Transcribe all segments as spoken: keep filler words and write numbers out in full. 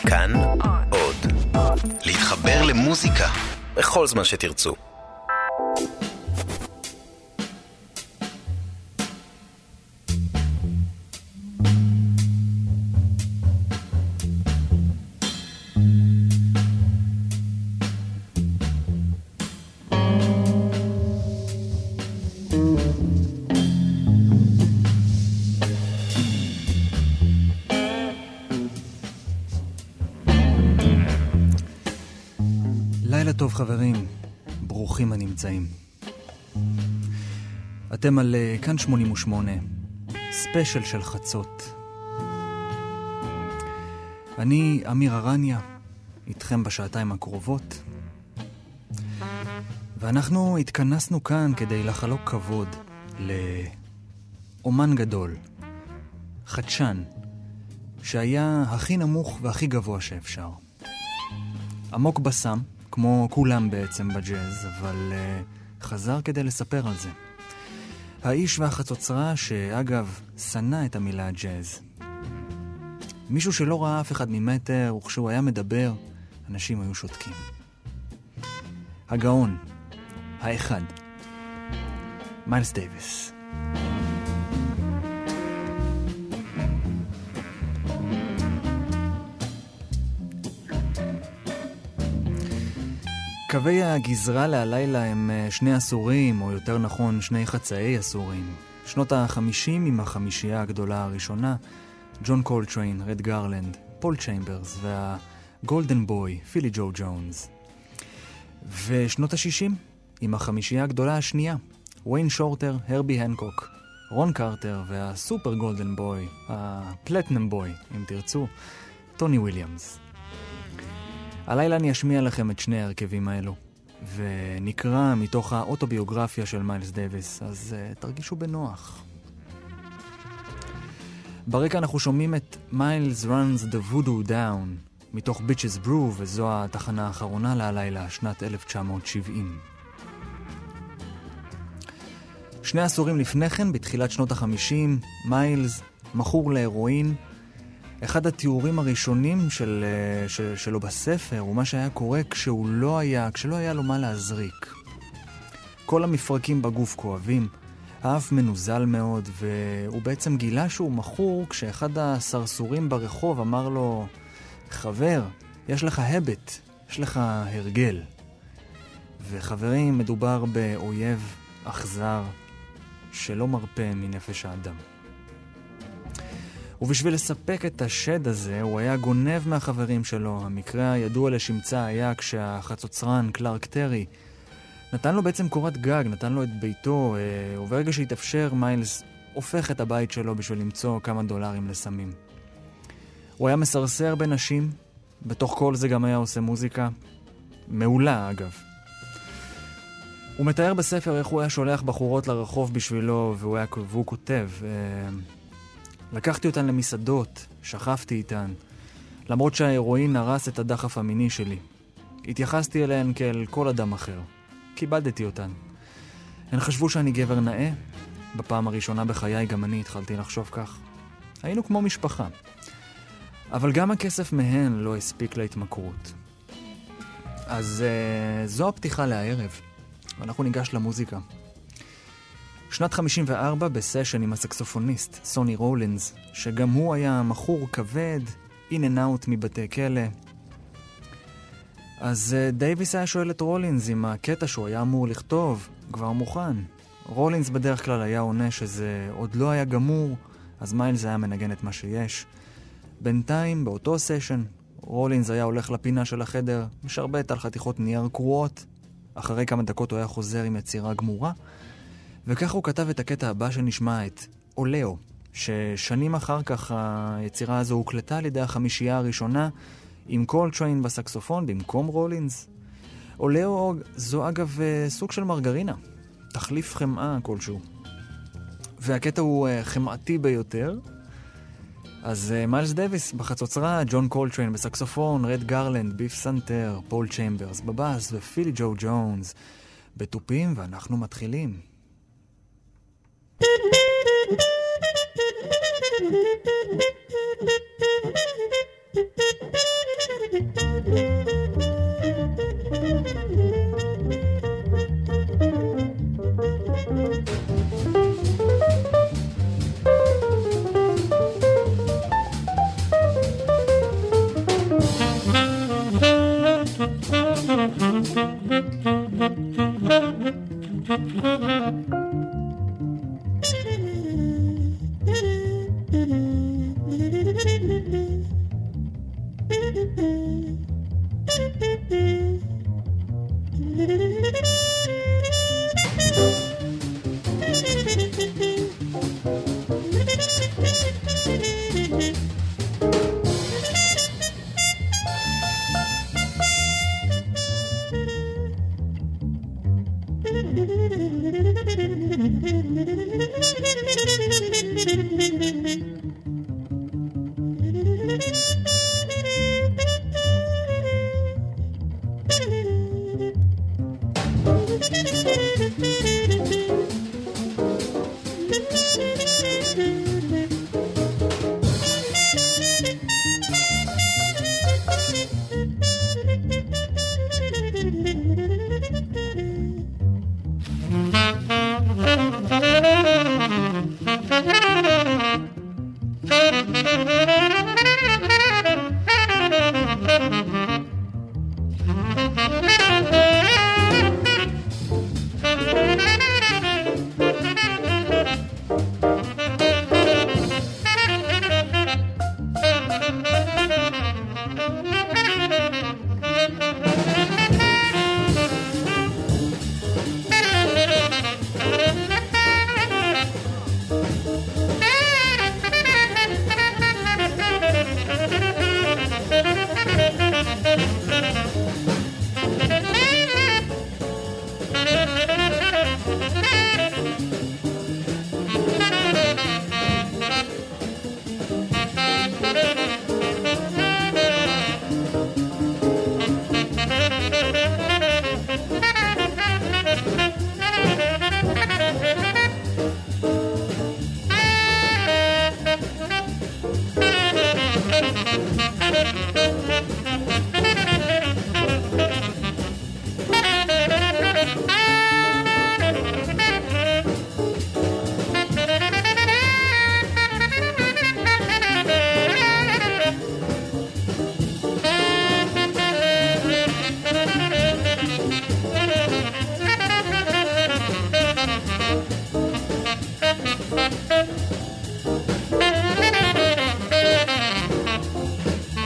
כאן עוד. להתחבר למוזיקה בכל זמן שתרצו. טוב חברים, ברוכים הנמצאים. אתם על כאן שמונים ושמונה, ספיישל של חצות. אני אמיר ארניה, איתכם בשעתיים הקרובות. ואנחנו התכנסנו כאן כדי לחלוק כבוד לאומן גדול, חדשן, שהיה הכי נמוך והכי גבוה שאפשר. עמוק בסם, כמו כולם בעצם בג'אז, אבל uh, חזר כדי לספר על זה. האיש והחצוצרה שאגב שנא את המילה ג'אז. מישהו שלא ראה אף אחד ממטר, וכשהוא היה מדבר, אנשים היו שותקים. הגאון, האחד, מיילס דייוויס. קווי הגזרה להלילה הם שני עשורים, או יותר נכון שני חצאי עשורים. שנות החמישים עם החמישייה הגדולה הראשונה, ג'ון קולטריין, רד גרלנד, פול צ'יימברס והגולדן בוי, פילי ג'ו ג'ונס. ושנות השישים עם החמישייה הגדולה השנייה, וויין שורטר, הרבי הנקוק, רון קרטר והסופר גולדן בוי, הפלטנם בוי, אם תרצו, טוני וויליאמס. הלילה אני אשמיע לכם את שני ההרכבים האלו, ונקרא מתוך האוטוביוגרפיה של מיילס דייוויס, אז uh, תרגישו בנוח. ברקע אנחנו שומעים את מיילס runs the voodoo down, מתוך Bitches Brew, וזו התחנה האחרונה להלילה, שנת אלף תשע מאות שבעים. שני עשורים לפני כן, בתחילת שנות החמישים, מיילס מכור להירואין. אחד התיאורים הראשונים של, של, שלו בספר הוא מה שהיה קורה כשהוא לא היה, כשלא היה לו מה להזריק. כל המפרקים בגוף כואבים, האף מנוזל מאוד, והוא בעצם גילה שהוא מכור כשאחד הסרסורים ברחוב אמר לו, חבר, יש לך הבט, יש לך הרגל. וחברים, מדובר באויב אכזר שלא מרפא מנפש האדם. ובשביל לספק את השד הזה, הוא היה גונב מהחברים שלו. המקרה הידוע לשמצה היה כשהחצוצרן, קלארק טרי, נתן לו בעצם קורת גג, נתן לו את ביתו, וברגע שהתאפשר, מיילס הופך את הבית שלו בשביל למצוא כמה דולרים לסמים. הוא היה מסרסר בנשים, בתוך כל זה גם היה עושה מוזיקה, מעולה אגב. הוא מתאר בספר איך הוא היה שולח בחורות לרחוב בשבילו, והוא, היה, והוא כותב... לקחתי אותן למסעדות, שכבתי איתן, למרות שההירואין הרס את הדחף המיני שלי. התייחסתי אליהן כאל כל אדם אחר. כיבדתי אותן. הן חשבו שאני גבר נאה. בפעם הראשונה בחיי גם אני התחלתי לחשוב כך. היינו כמו משפחה. אבל גם הכסף מהן לא הספיק להתמכרות. אז uh, זו הפתיחה לערב. ואנחנו ניגש למוזיקה. שנת חמישים וארבע בסשן עם הסקסופוניסט סוני רולינס, שגם הוא היה מכור כבד, אין אנד אאוט מבתי כלא. אז דייוויס היה שואל את רולינס אם הקטע שהוא היה אמור לכתוב כבר מוכן. רולינס בדרך כלל היה עונה שזה עוד לא היה גמור, אז מיילס היה מנגן את מה שיש. בינתיים, באותו סשן, רולינס היה הולך לפינה של החדר, משרבט על חתיכות נייר קרועות. אחרי כמה דקות הוא היה חוזר עם יצירה גמורה, וכך הוא כתב את הקטע הבא שנשמע, את אולאו, ששנים אחר כך היצירה הזו הוקלטה על ידי החמישייה הראשונה, עם קולטריין בסקסופון במקום רולינס. אולאו זו אגב סוג של מרגרינה, תחליף חמאה כלשהו. והקטע הוא חמאתי ביותר. אז מיילס דייוויס בחצוצרה, ג'ון קולטריין בסקסופון, רד גרלנד, ביף סנטר, פול צ'יימברס בבאס ופילי ג'ו ג'ונס בטופים, ואנחנו מתחילים.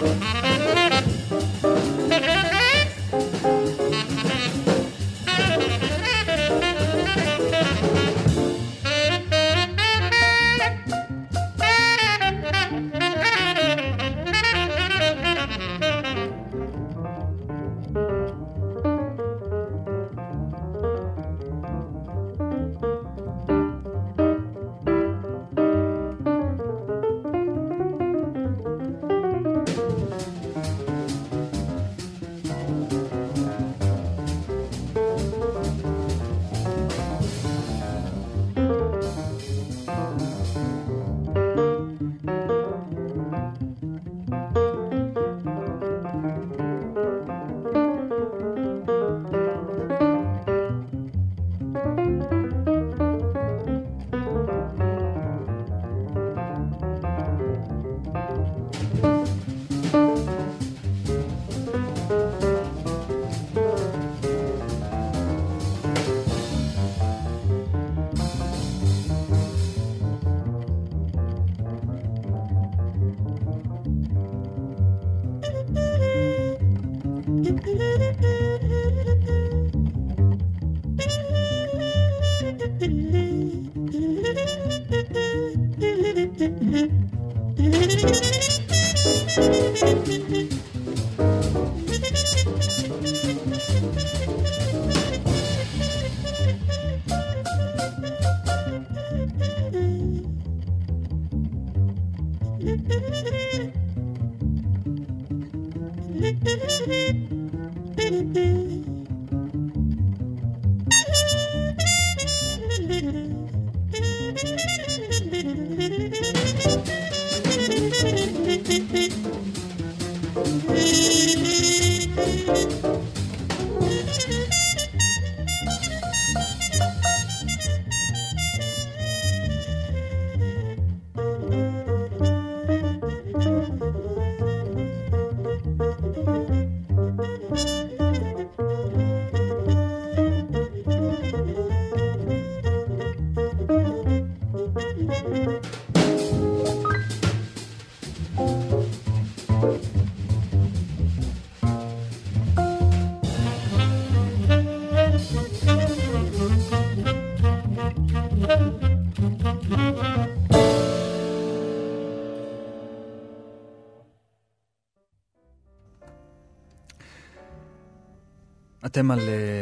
אתם על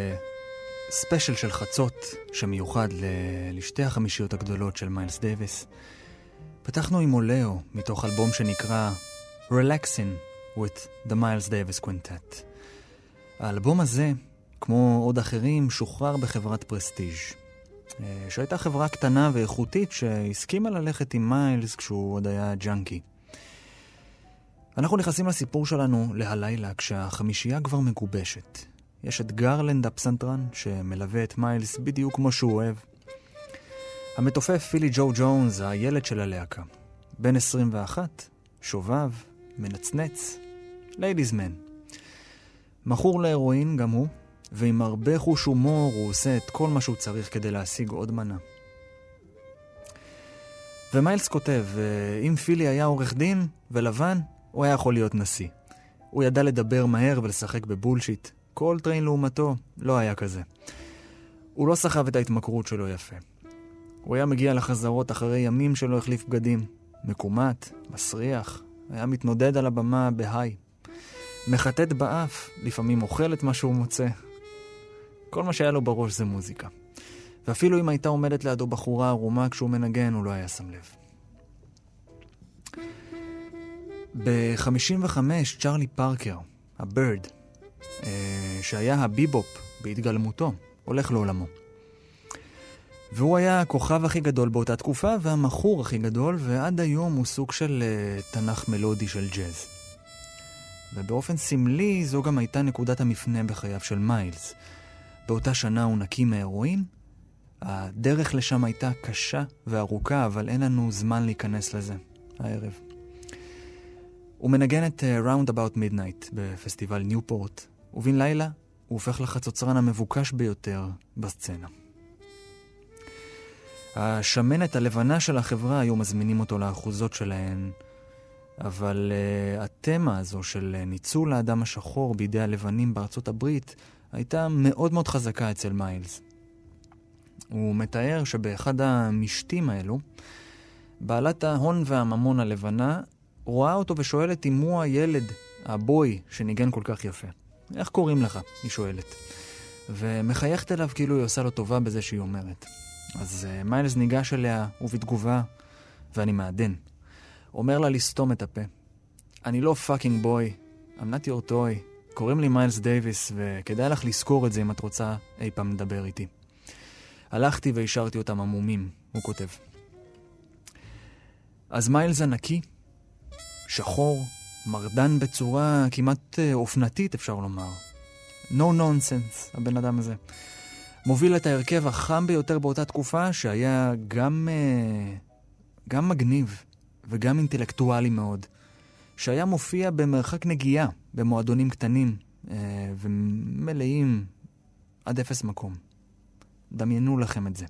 ספיישל של חצות שמיוחד לשתי החמישיות הגדולות של מיילס דייוויס. פתחנו עם אולאו מתוך אלבום שנקרא Relaxing with the Miles Davis Quintet. האלבום הזה, כמו עוד אחרים, שוחרר בחברת פרסטיג', שהייתה חברה קטנה ואיכותית שהסכימה ללכת עם מיילס כשהוא עוד היה ג'אנקי. אנחנו נכנסים לסיפור שלנו להלילה כשהחמישייה כבר מגובשת. יש את גרלנד הפסנתרן שמלווה את מיילס בדיוק כמו שהוא אוהב. המתופף פילי ג'ו ג'ונס, הילד של הלהקה. בן עשרים ואחת, שובב, מנצנץ, ליידיז מן. מכור להרואין גם הוא, ועם הרבה חוש הומור הוא עושה את כל מה שהוא צריך כדי להשיג עוד מנה. ומיילס כותב, אם פילי היה עורך דין ולבן, הוא היה יכול להיות נשיא. הוא ידע לדבר מהר ולשחק בבולשיט. כל טריין לעומתו לא היה כזה. הוא לא סחב את ההתמכרות שלו יפה. הוא היה מגיע לחזרות אחרי ימים שלא החליף בגדים. מקומט, מסריח, היה מתנודד על הבמה בהיי. מחטט באף, לפעמים אוכל את מה שהוא מוצא. כל מה שהיה לו בראש זה מוזיקה. ואפילו אם הייתה עומדת לידו בחורה ערומה כשהוא מנגן, הוא לא היה שם לב. ב-חמישים וחמש צ'רלי פארקר, הבירד, שהיה הביבופ בהתגלמותו, הולך לעולמו. והוא היה הכוכב הכי גדול באותה תקופה והמחור הכי גדול, ועד היום הוא סוג של uh, תנך מלודי של ג'אז. ובאופן סמלי זו גם הייתה נקודת המפנה בחייו של מיילס. באותה שנה הוא נקי מהרואין. הדרך לשם הייתה קשה וארוכה, אבל אין לנו זמן להיכנס לזה הערב. הוא מנגן את uh, Round About Midnight בפסטיבל ניופורט, ובין לילה הוא הופך לחצוצרן המבוקש ביותר בסצנה. השמנת הלבנה של החברה היו מזמינים אותו לאחוזות שלהן, אבל uh, התמה הזו של uh, ניצול האדם השחור בידי הלבנים בארצות הברית הייתה מאוד מאוד חזקה אצל מיילס. הוא מתאר שבאחד המשתים האלו, בעלת ההון והממון הלבנה רואה אותו ושואלת אם הוא הילד, הבוי, שניגן כל כך יפה. איך קוראים לך? היא שואלת. ומחייכת אליו כאילו היא עושה לו טובה בזה שהיא אומרת. אז uh, מיילס ניגש אליה ובתגובה, ואני מעדן. אומר לה לסתום את הפה. אני לא פאקינג בוי, I'm not your toy. קוראים לי מיילס דייביס, וכדאי לך לזכור את זה אם את רוצה אי פעם לדבר איתי. הלכתי והשארתי אותם עמומים, הוא כותב. אז מיילס ענקי, שחור, מרדן בצורה כמעט אופנתית אפשר לומר. No nonsense, הבן אדם הזה. מוביל את ההרכב החם ביותר באותה תקופה, שהיה גם, גם מגניב וגם אינטלקטואלי מאוד. שהיה מופיע במרחק נגיעה, במועדונים קטנים ומלאים עד אפס מקום. דמיינו לכם את זה.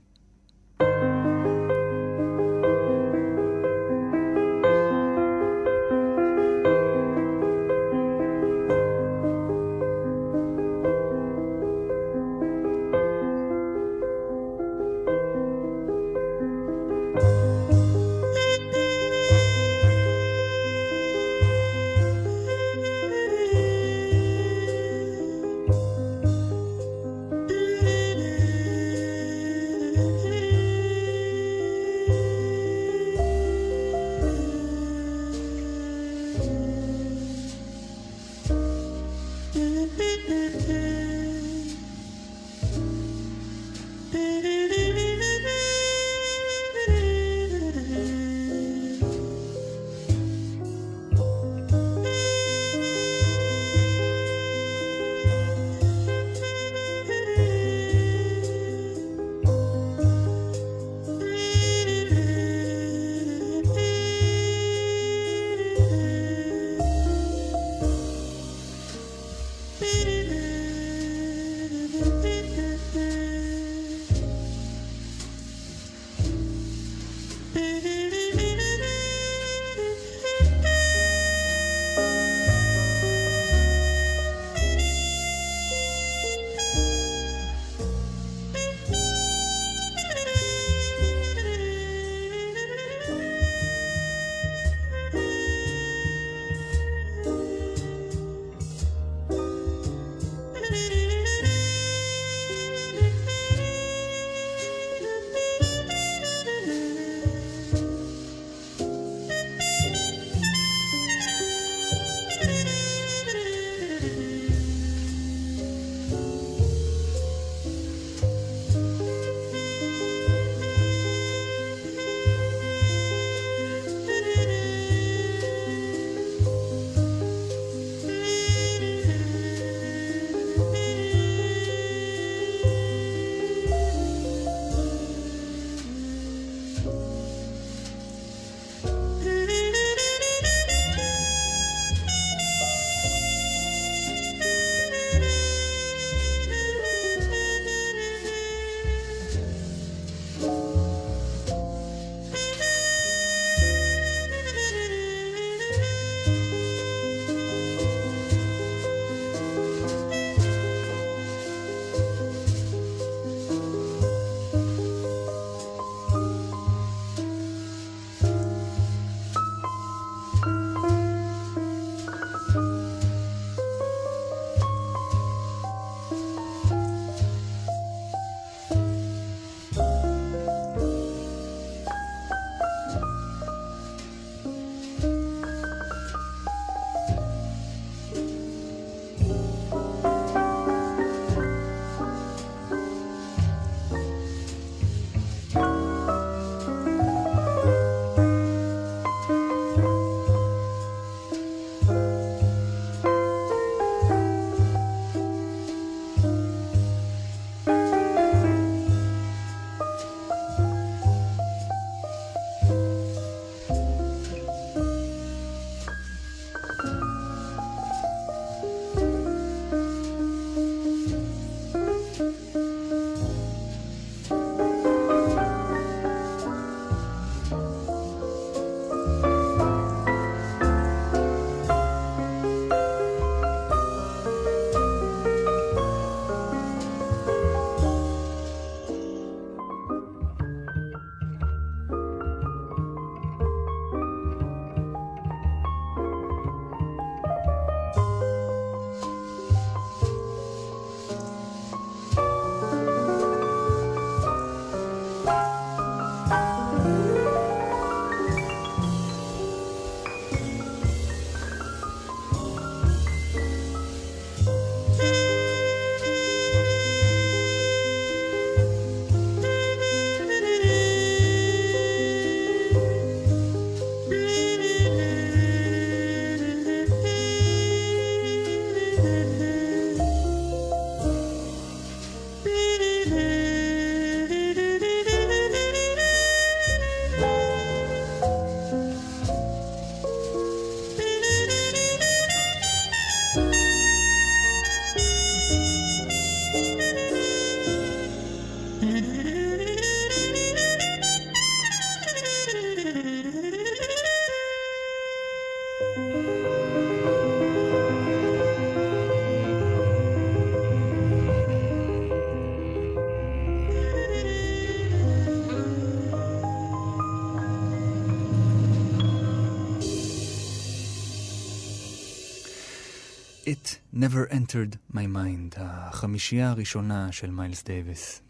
It Never Entered My Mind, החמישייה הראשונה של מיילס דייוויס.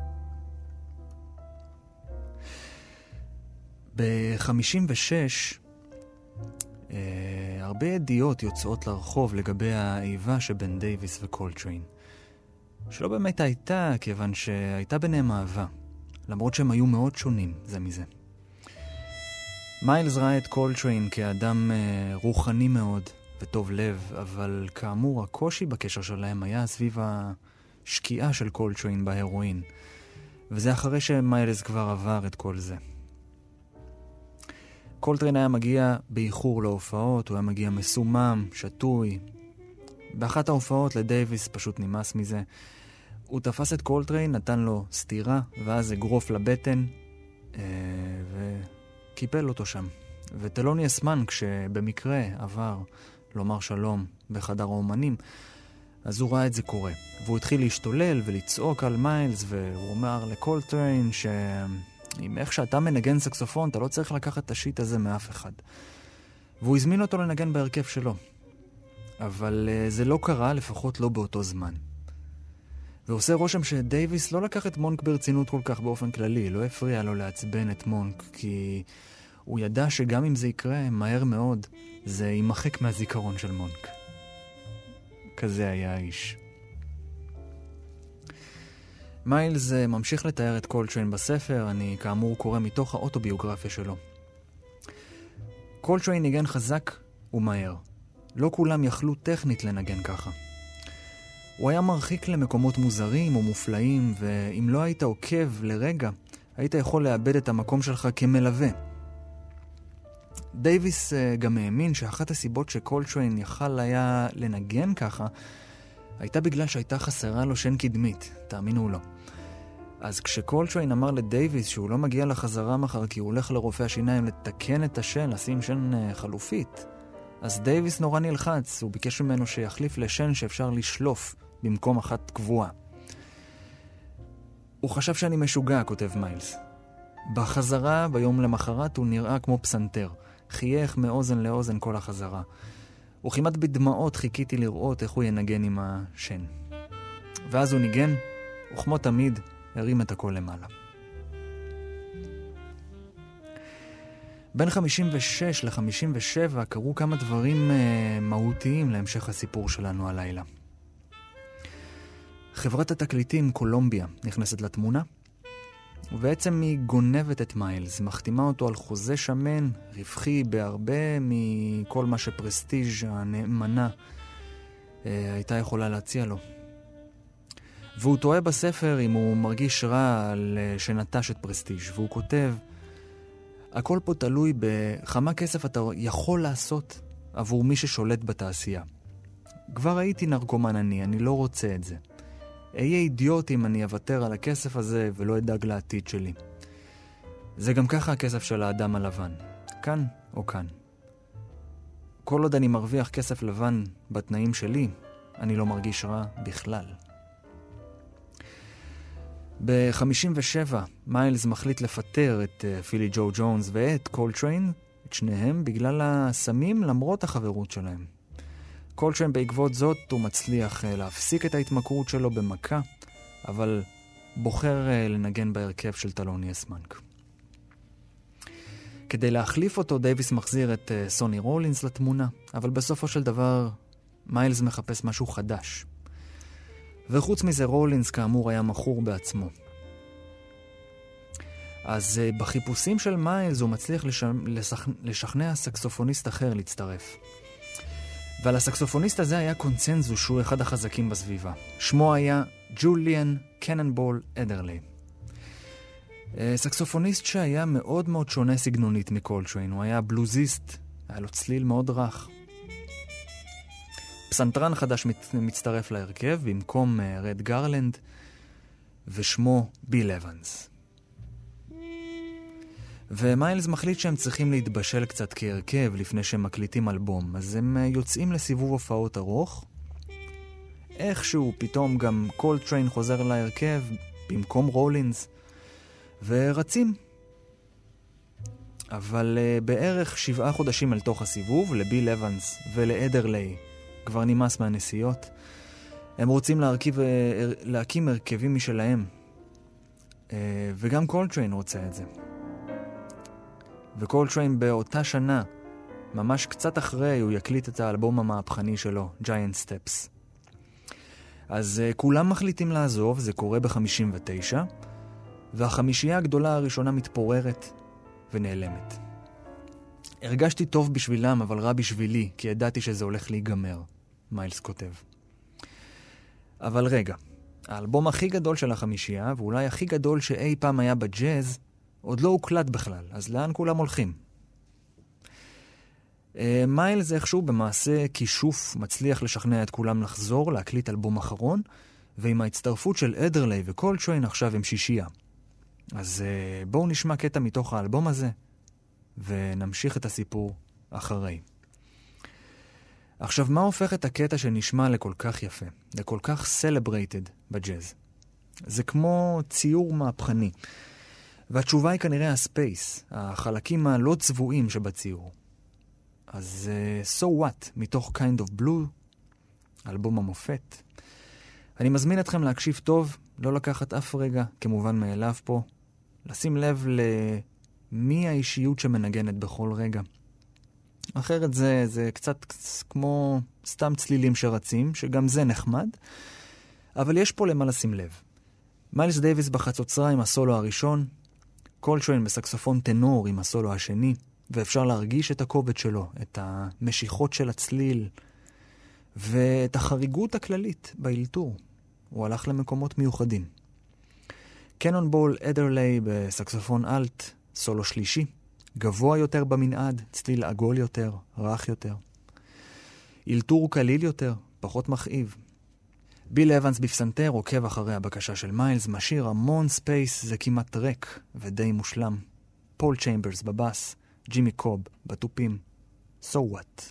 ב-חמישים ושש אה, הרבה ידיעות יוצאות לרחוב לגבי האיבה שבין דייוויס וקולטריין, שלא באמת הייתה, כיוון שהייתה ביניהם אהבה, למרות שהם היו מאוד שונים זה מזה. מיילס ראה את קולטריין כאדם אה, רוחני מאוד וטוב לב, אבל כאמור הקושי בקשר שלהם היה סביב השקיעה של קולטריין בהרואין, וזה אחרי שמיילס כבר עבר את כל זה. קולטריין היה מגיע באיחור להופעות, הוא היה מגיע מסומם, שטוי. באחת ההופעות לדייוויס פשוט נמאס מזה. הוא תפס את קולטריין, נתן לו סתירה, ואז אגרוף לבטן, וקיפל אותו שם. וטלוניוס מונק, שבמקרה עבר לומר שלום בחדר האומנים, אז הוא ראה את זה קורה. והוא התחיל להשתולל ולצעוק על מיילס, והוא אומר לקולטריין ש... אם איך שאתה מנגן סקסופון, אתה לא צריך לקחת את השיט הזה מאף אחד. והוא הזמין אותו לנגן בהרכב שלו. אבל uh, זה לא קרה, לפחות לא באותו זמן. ועושה רושם שדייוויס לא לקח את מונק ברצינות כל כך באופן כללי, לא הפריע לו לעצבן את מונק, כי הוא ידע שגם אם זה יקרה, מהר מאוד, זה יימחק מהזיכרון של מונק. כזה היה האיש. מיילס ממשיך לתאר את קולטריין בספר, אני כאמור קורא מתוך האוטוביוגרפיה שלו. קולטריין ניגן חזק ומהר. לא כולם יכלו טכנית לנגן ככה. הוא היה מרחיק למקומות מוזרים ומופלאים, ואם לא היית עוקב לרגע, היית יכול לאבד את המקום שלך כמלווה. דייוויס גם האמין שאחת הסיבות שקולטריין יכל היה לנגן ככה, הייתה בגלל שהייתה חסרה לו שן קדמית, תאמינו לו. אז כשקולטריין אמר לדייוויס שהוא לא מגיע לחזרה מחר כי הוא הולך לרופא השיניים לתקן את השן, לשים שן חלופית, אז דייוויס נורא נלחץ, הוא ביקש ממנו שיחליף לשן שאפשר לשלוף במקום אחת קבועה. הוא חשב שאני משוגע, כותב מיילס. בחזרה, ביום למחרת, הוא נראה כמו פסנתר. חייך מאוזן לאוזן כל החזרה. וכמעט בדמעות חיכיתי לראות איך הוא ינגן עם השן. ואז הוא ניגן, וכמו תמיד, הרים את הכל למעלה. בין חמישים ושש ל-חמישים ושבע קרו כמה דברים uh, מהותיים להמשך הסיפור שלנו הלילה. חברת התקליטים קולומביה נכנסת לתמונה, ובעצם היא גונבת את מיילס, מחתימה אותו על חוזה שמן, רווחי בהרבה מכל מה שפרסטיג' הנאמנה אה, הייתה יכולה להציע לו. והוא טועה בספר אם הוא מרגיש רע על שנטש את פרסטיג', והוא כותב, הכל פה תלוי בכמה כסף אתה יכול לעשות עבור מי ששולט בתעשייה. כבר הייתי נרקומן אני, אני לא רוצה את זה. אהיה אידיוט אם אני אוותר על הכסף הזה ולא אדאג לעתיד שלי. זה גם ככה הכסף של האדם הלבן, כאן או כאן. כל עוד אני מרוויח כסף לבן בתנאים שלי, אני לא מרגיש רע בכלל. ב-חמישים ושבע מיילס מחליט לפטר את uh, פילי ג'ו ג'ונס ואת קולטריין, את שניהם, בגלל הסמים למרות החברות שלהם. קולטריין בעקבות זאת הוא מצליח uh, להפסיק את ההתמכרות שלו במכה, אבל בוחר uh, לנגן בהרכב של טלוניוס מונק. כדי להחליף אותו דייוויס מחזיר את uh, סוני רולינס לתמונה, אבל בסופו של דבר מיילס מחפש משהו חדש. וחוץ מזה רולינס כאמור היה מכור בעצמו. אז uh, בחיפושים של מיילס הוא מצליח לש... לשכ... לשכנע סקסופוניסט אחר להצטרף. ועל הסקסופוניסט הזה היה קונצנזוס שהוא אחד החזקים בסביבה. שמו היה ג'וליאן קננבול אדרלי. Uh, סקסופוניסט שהיה מאוד מאוד שונה סגנונית מקולטריין. הוא היה בלוזיסט, היה לו צליל מאוד רך. פסנתרן חדש מצטרף להרכב במקום רד גרלנד, ושמו ביל אבנס. ומיילס מחליט שהם צריכים להתבשל קצת כהרכב לפני שהם מקליטים אלבום, אז הם יוצאים לסיבוב הופעות ארוך. איכשהו פתאום גם קולטריין חוזר להרכב במקום רולינס, ורצים. אבל uh, בערך שבעה חודשים אל תוך הסיבוב, לביל אבנס ולאדרלי כבר נמאס מהנסיעות. הם רוצים להרכיב, להקים הרכבים משלהם. וגם קולטריין רוצה את זה. וקולטריין באותה שנה, ממש קצת אחרי, הוא יקליט את האלבום המהפכני שלו, Giant Steps. אז uh, כולם מחליטים לעזוב, זה קורה ב-חמישים ותשע, והחמישייה הגדולה הראשונה מתפוררת ונעלמת. הרגשתי טוב בשבילם, אבל רע בשבילי, כי ידעתי שזה הולך להיגמר, מיילס כותב. אבל רגע, האלבום הכי גדול של החמישייה, ואולי הכי גדול שאי פעם היה בג'אז, עוד לא הוקלט בכלל, אז לאן כולם הולכים? מיילס איכשהו במעשה כישוף מצליח לשכנע את כולם לחזור, להקליט אלבום אחרון, ועם ההצטרפות של אדרלי וקולטריין עכשיו הם שישייה. אז בואו נשמע קטע מתוך האלבום הזה, ונמשיך את הסיפור אחרי. עכשיו, מה הופך את הקטע שנשמע לכל כך יפה, לכל כך celebrated בג'אז? זה כמו ציור מהפכני. והתשובה היא כנראה הספייס, החלקים הלא צבועים שבציור. אז uh, So What, מתוך Kind of Blue, אלבום המופת. אני מזמין אתכם להקשיב טוב, לא לקחת אף רגע, כמובן מאליו פה. לשים לב למי האישיות שמנגנת בכל רגע. אחרת זה, זה קצת כמו סתם צלילים שרצים, שגם זה נחמד, אבל יש פה למה לשים לב. מיילס דייביס בחצוצרה עם הסולו הראשון, קולטריין בסקסופון טנור עם הסולו השני, ואפשר להרגיש את הכובד שלו, את המשיכות של הצליל, ואת החריגות הכללית באלתור. הוא הלך למקומות מיוחדים. קנונבול אדרלי בסקסופון אלט, סולו שלישי, גבוה יותר במנעד, צליל עגול יותר, רך יותר. אלתור קליל יותר, פחות מכאיב. ביל אבנס בפסנתר עוקב אחרי הבקשה של מיילס, משאיר המון ספייס, זה כמעט ריק ודי מושלם. פול צ'יימברס בבאס, ג'ימי קוב בטופים. So what?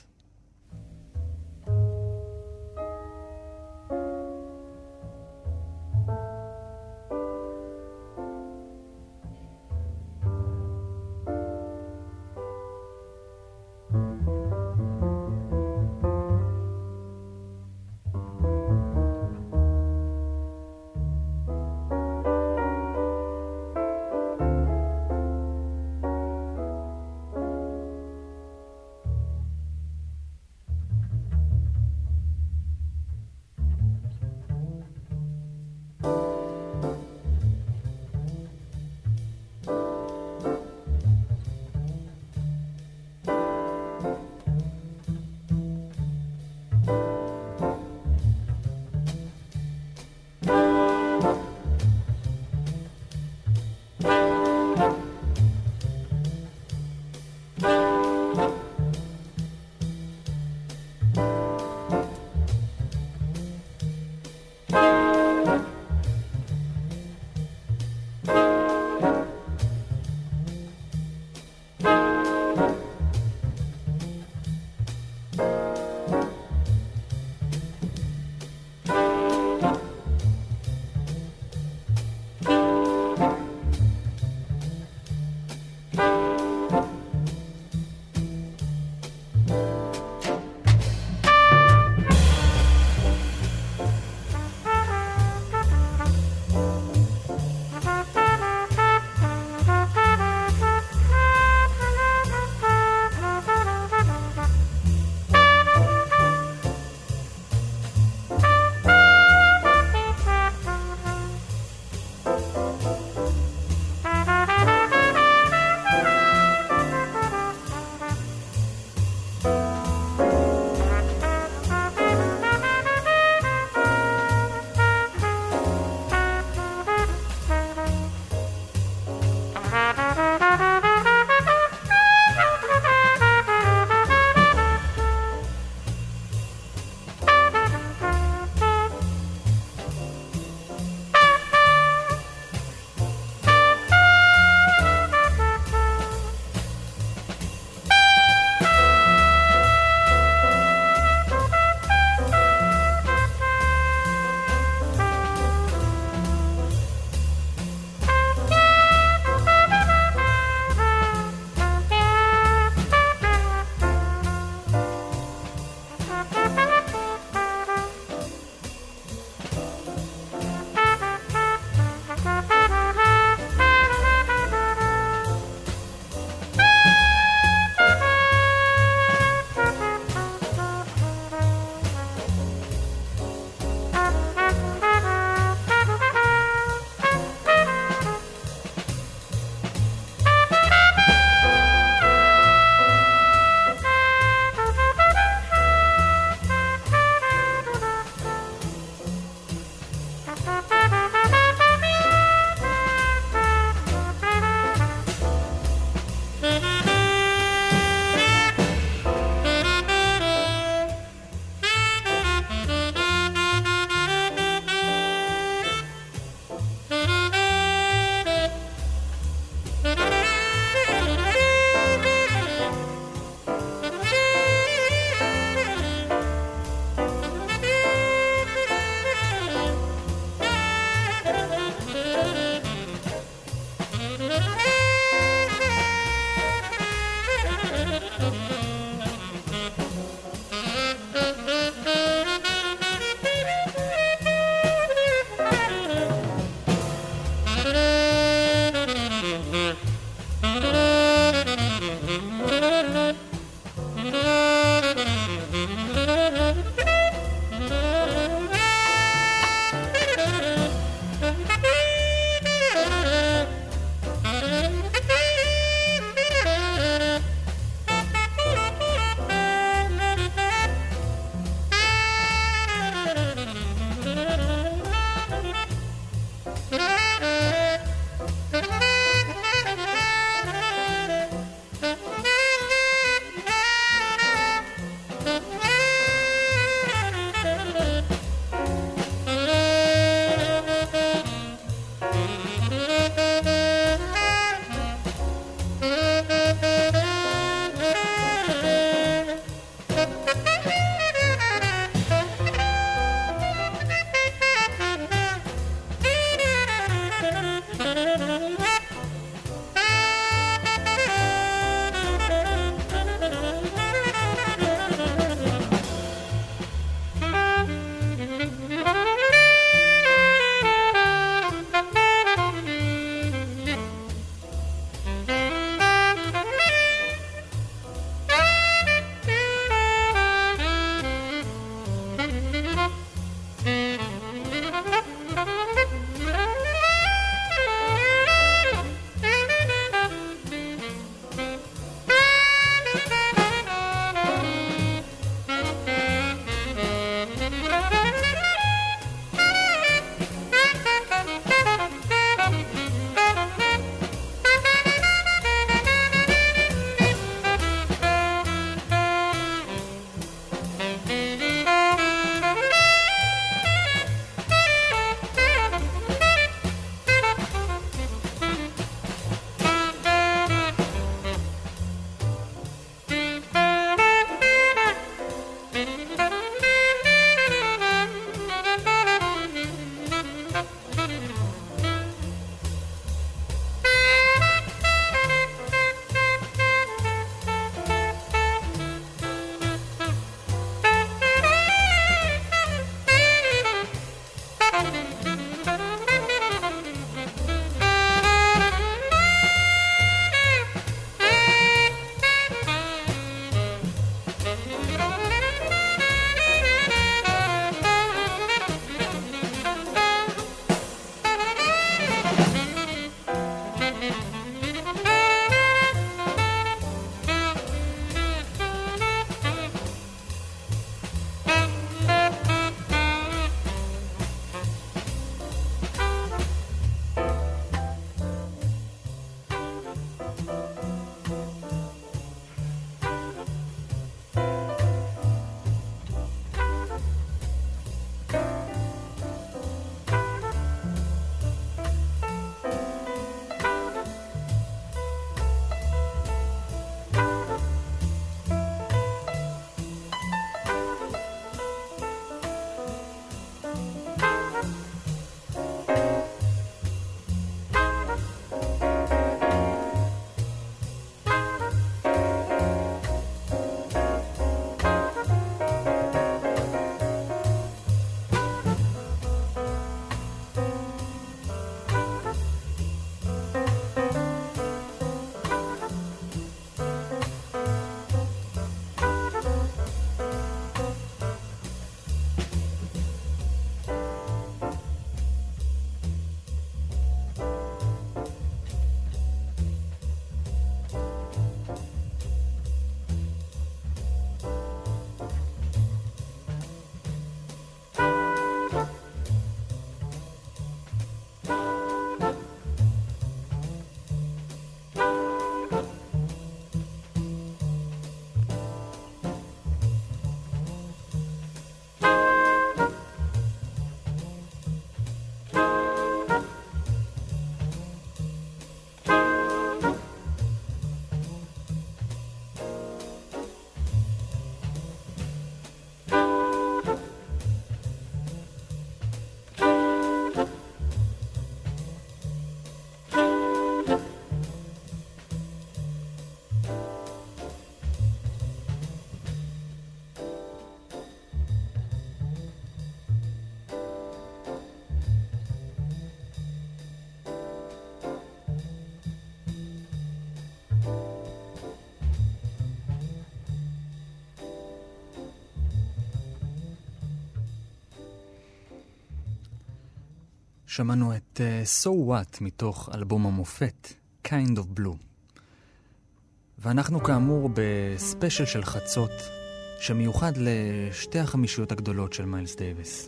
שמענו את uh, So What מתוך אלבום המופת, Kind of Blue. ואנחנו כאמור בספיישל של חצות, שמיוחד לשתי החמישיות הגדולות של מיילס דייוויס.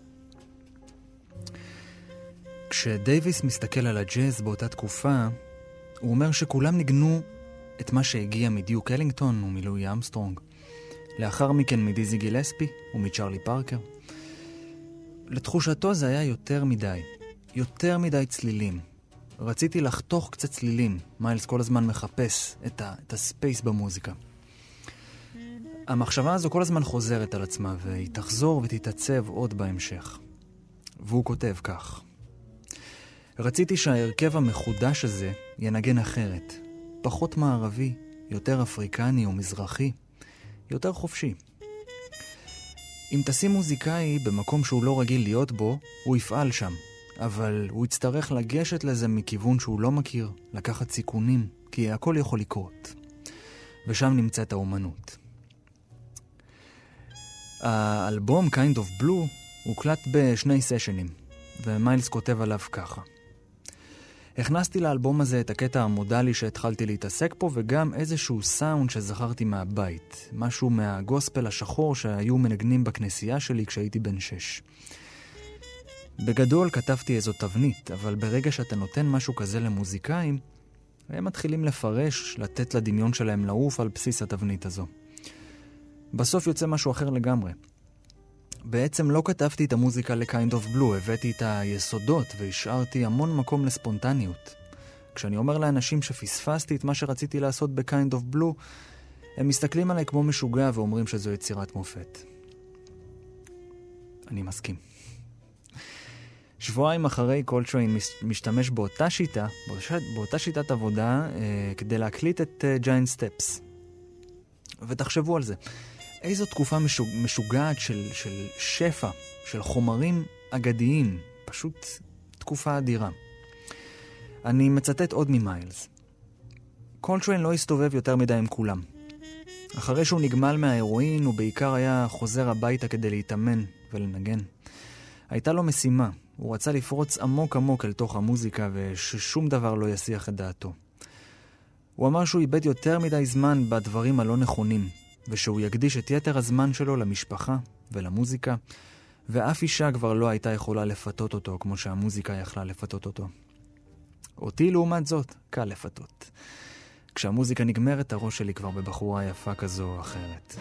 כשדייוויס מסתכל על הג'אז באותה תקופה, הוא אומר שכולם ניגנו את מה שהגיע מדיוק אלינגטון ומלואי אמסטרונג. לאחר מכן מדיזי גילספי ומצ'רלי פארקר. לתחושתו זה היה יותר מדי, יותר מדי צלילים. רציתי לחתוך קצת צלילים. מיילס כל הזמן מחפש את, ה, את הספייס במוזיקה. המחשבה הזו כל הזמן חוזרת על עצמה, והיא תחזור ותתעצב עוד בהמשך. והוא כותב כך: רציתי שההרכב המחודש הזה ינגן אחרת, פחות מערבי, יותר אפריקני או מזרחי, יותר חופשי. אם תשים מוזיקאי במקום שהוא לא רגיל להיות בו, הוא יפעל שם, אבל הוא יצטרך לגשת לזה מכיוון שהוא לא מכיר, לקחת סיכונים, כי הכל יכול לקרות. ושם נמצאת האומנות. האלבום Kind of Blue הוקלט בשני סשנים, ומיילס כותב עליו ככה: הכנסתי לאלבום הזה את הקטע המודלי שהתחלתי להתעסק פה, וגם איזשהו סאונד שזכרתי מהבית, משהו מהגוספל השחור שהיו מנגנים בכנסייה שלי כשהייתי בן שש. בגדול כתבתי איזו תבנית, אבל ברגע שאתה נותן משהו כזה למוזיקאים, הם מתחילים לפרש, לתת לדמיון שלהם לעוף על בסיס התבנית הזו. בסוף יוצא משהו אחר לגמרי. בעצם לא כתבתי את המוזיקה ל-Kind of Blue, הבאתי את היסודות והשארתי המון מקום לספונטניות. כשאני אומר לאנשים שפספסתי את מה שרציתי לעשות ב-Kind of Blue, הם מסתכלים עליי כמו משוגע ואומרים שזו יצירת מופת. אני מסכים. שבועיים אחרי קולטריין משתמש באותה שיטה, באותה שיטת עבודה, אה, כדי להקליט את אה, Giant Steps. ותחשבו על זה. איזו תקופה משוג... משוגעת של, של שפע, של חומרים אגדיים. פשוט תקופה אדירה. אני מצטט עוד ממיילס. קולטריין לא הסתובב יותר מדי עם כולם. אחרי שהוא נגמל מההירואין, הוא בעיקר היה חוזר הביתה כדי להתאמן ולנגן. הייתה לו משימה. הוא רצה לפרוץ עמוק עמוק אל תוך המוזיקה וששום דבר לא יסיח את דעתו. הוא אמר שהוא איבד יותר מדי זמן בדברים הלא נכונים, ושהוא יקדיש את יתר הזמן שלו למשפחה ולמוזיקה, ואף אישה כבר לא הייתה יכולה לפתות אותו כמו שהמוזיקה יכלה לפתות אותו. אותי לעומת זאת קל לפתות. כשהמוזיקה נגמרת, הראש שלי כבר בבחורה יפה כזו או אחרת.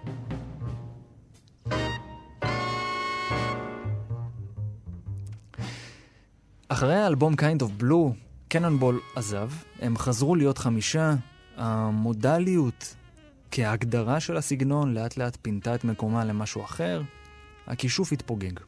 אחרי האלבום Kind of Blue, קנונבול עזב, הם חזרו להיות חמישה. המודליות כהגדרה של הסגנון לאט לאט פינתה את מקומה למשהו אחר, הכישוף התפוגג.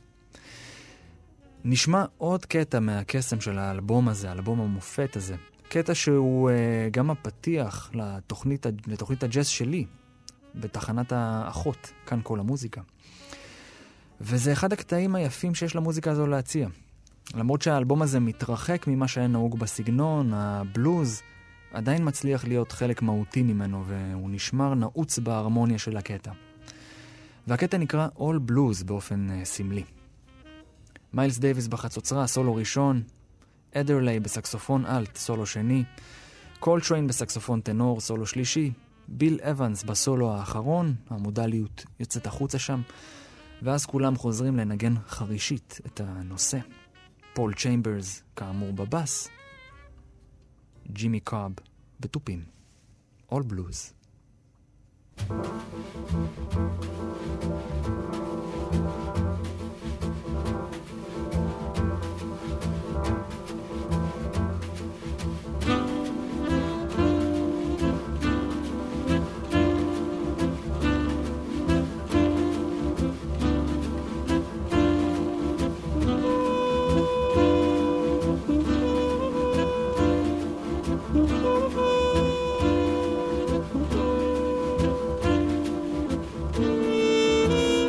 נשמע עוד קטע מהקסם של האלבום הזה, האלבום המופת הזה. קטע שהוא uh, גם הפתיח לתוכנית, לתוכנית הג'אז שלי, בתחנת האחות, כאן כל המוזיקה. וזה אחד הקטעים היפים שיש למוזיקה הזו להציע. למרות שהאלבום הזה מתרחק ממה שהיה נהוג בסגנון, הבלוז עדיין מצליח להיות חלק מהותי ממנו, והוא נשמר נעוץ בהרמוניה של הקטע. והקטע נקרא All Blues באופן uh, סמלי. מיילס דייוויס בחצוצרה, סולו ראשון, אדרלי בסקסופון אלט, סולו שני, קולטריין בסקסופון טנור, סולו שלישי, ביל אבנס בסולו האחרון, המודליות יוצאת החוצה שם, ואז כולם חוזרים לנגן חרישית את הנושא. פול צ'יימברס כאמור בבס, ג'ימי קאב בטופים. All Blues. Thank you.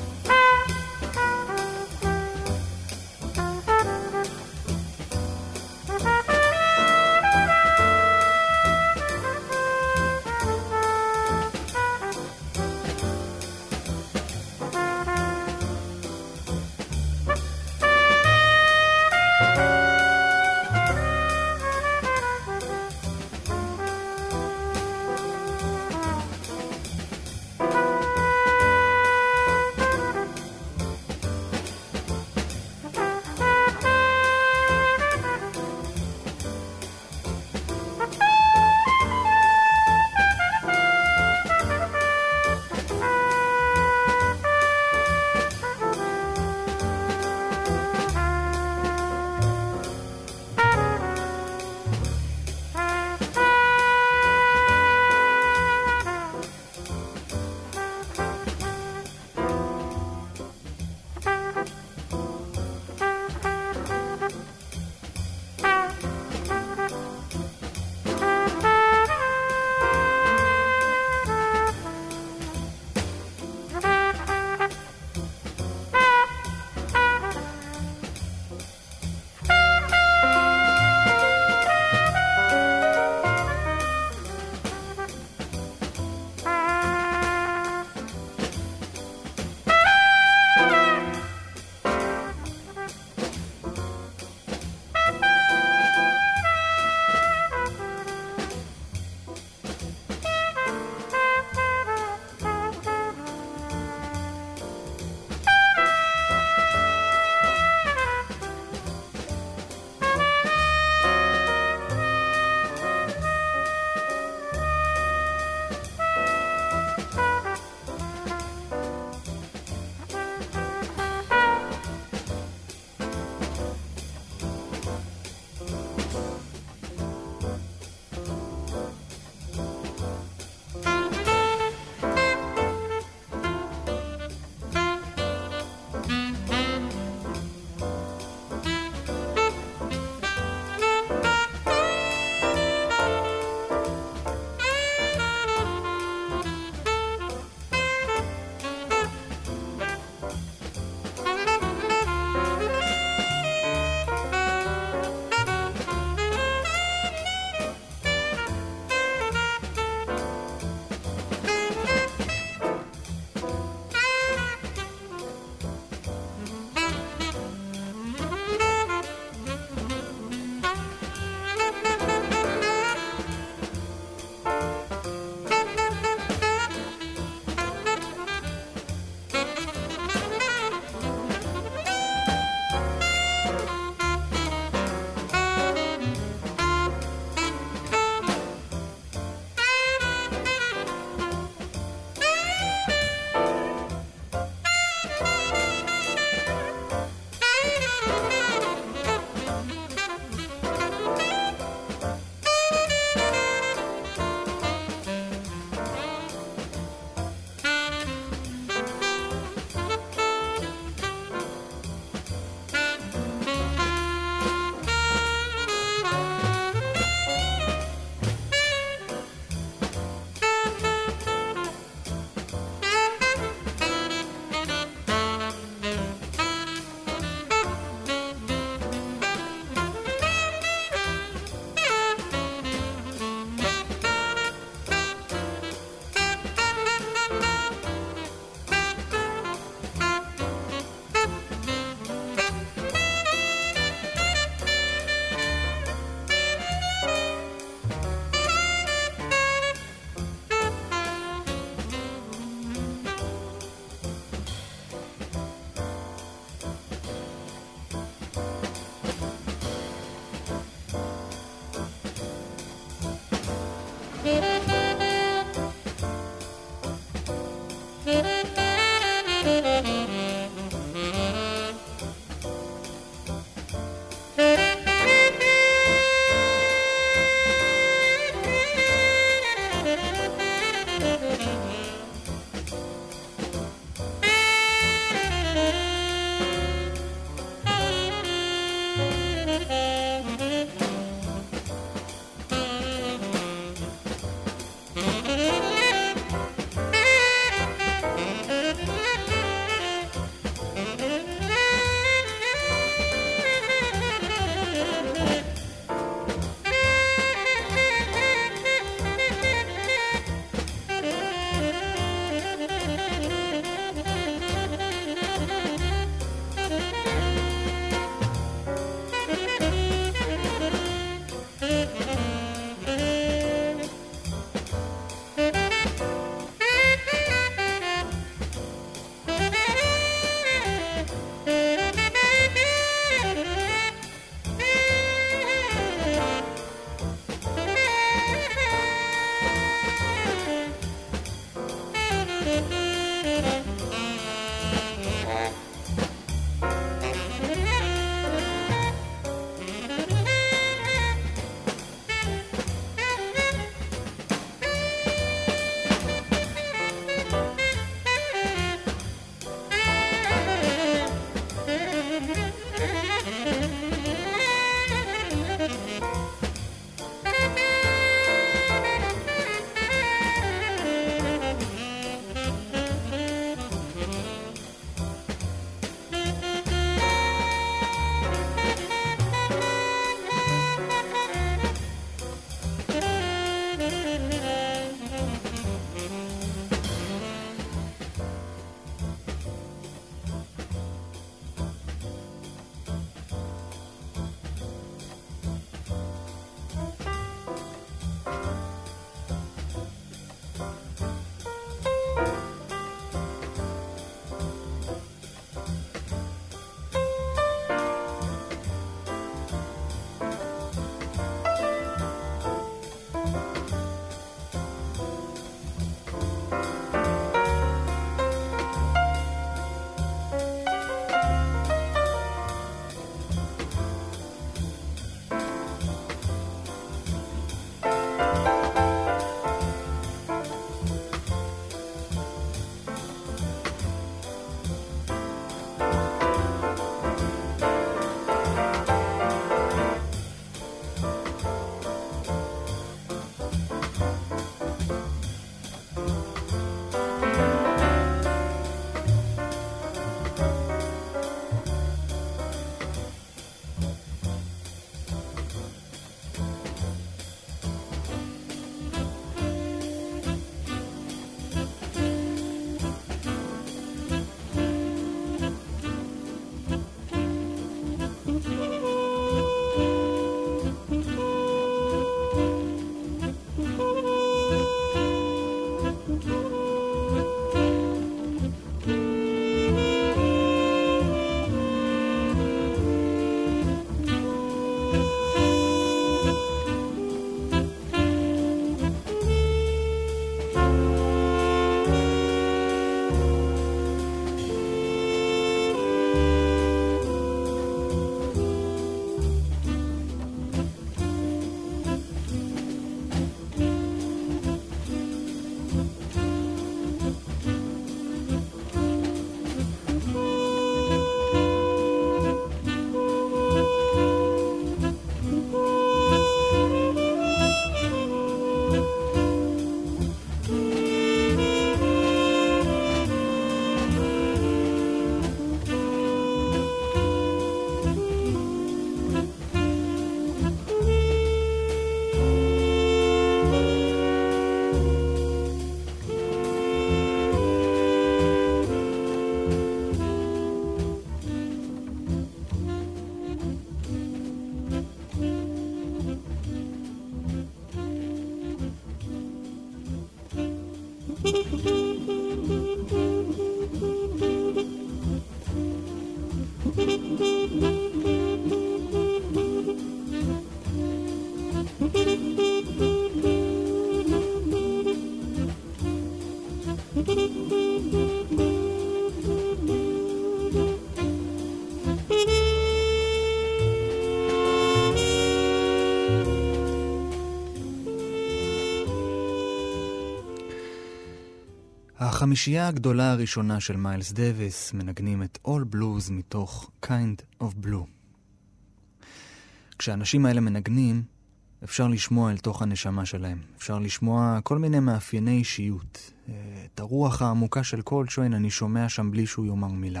החמישייה הגדולה הראשונה של מיילס דייוויס מנגנים את All Blues מתוך Kind of Blue. כשהאנשים האלה מנגנים, אפשר לשמוע אל תוך הנשמה שלהם. אפשר לשמוע כל מיני מאפייני אישיות. את הרוח העמוקה של קולטריין אני שומע שם בלי שהוא יאמר מילה.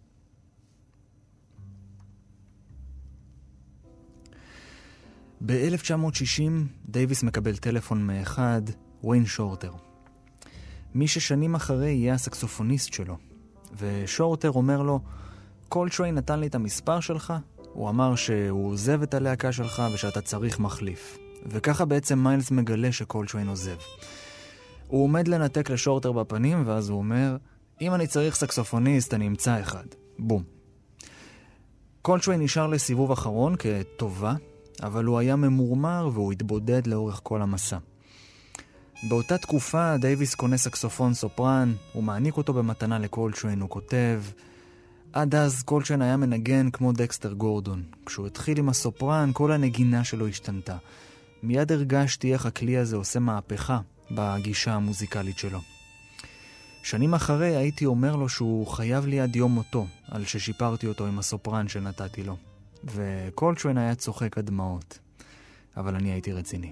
ב-אלף תשע מאות שישים דייוויס מקבל טלפון מאחד, וויין שורטר. מי ששנים אחרי יהיה הסקסופוניסט שלו. ושורטר אומר לו, קולטריין נתן לי את המספר שלך, הוא אמר שהוא עוזב את הלהקה שלך ושאתה צריך מחליף. וככה בעצם מיילס מגלה שקולטריין עוזב. הוא עומד לנתק לשורטר בפנים, ואז הוא אומר, אם אני צריך סקסופוניסט, אני אמצא אחד. בום. קולטריין נשאר לסיבוב אחרון כטובה, אבל הוא היה ממורמר והוא התבודד לאורך כל המסע. באותה תקופה דייוויס קונה סקסופון סופרן, הוא מעניק אותו במתנה לקולטריין, הוא כותב, עד אז קולטריין היה מנגן כמו דקסטר גורדון. כשהוא התחיל עם הסופרן, כל הנגינה שלו השתנתה. מיד הרגשתי איך הכלי הזה עושה מהפכה בגישה המוזיקלית שלו. שנים אחרי הייתי אומר לו שהוא חייב לי עד יום מותו, על ששיפרתי אותו עם הסופרן שנתתי לו. וקולטריין היה צוחק עד דמעות. אבל אני הייתי רציני.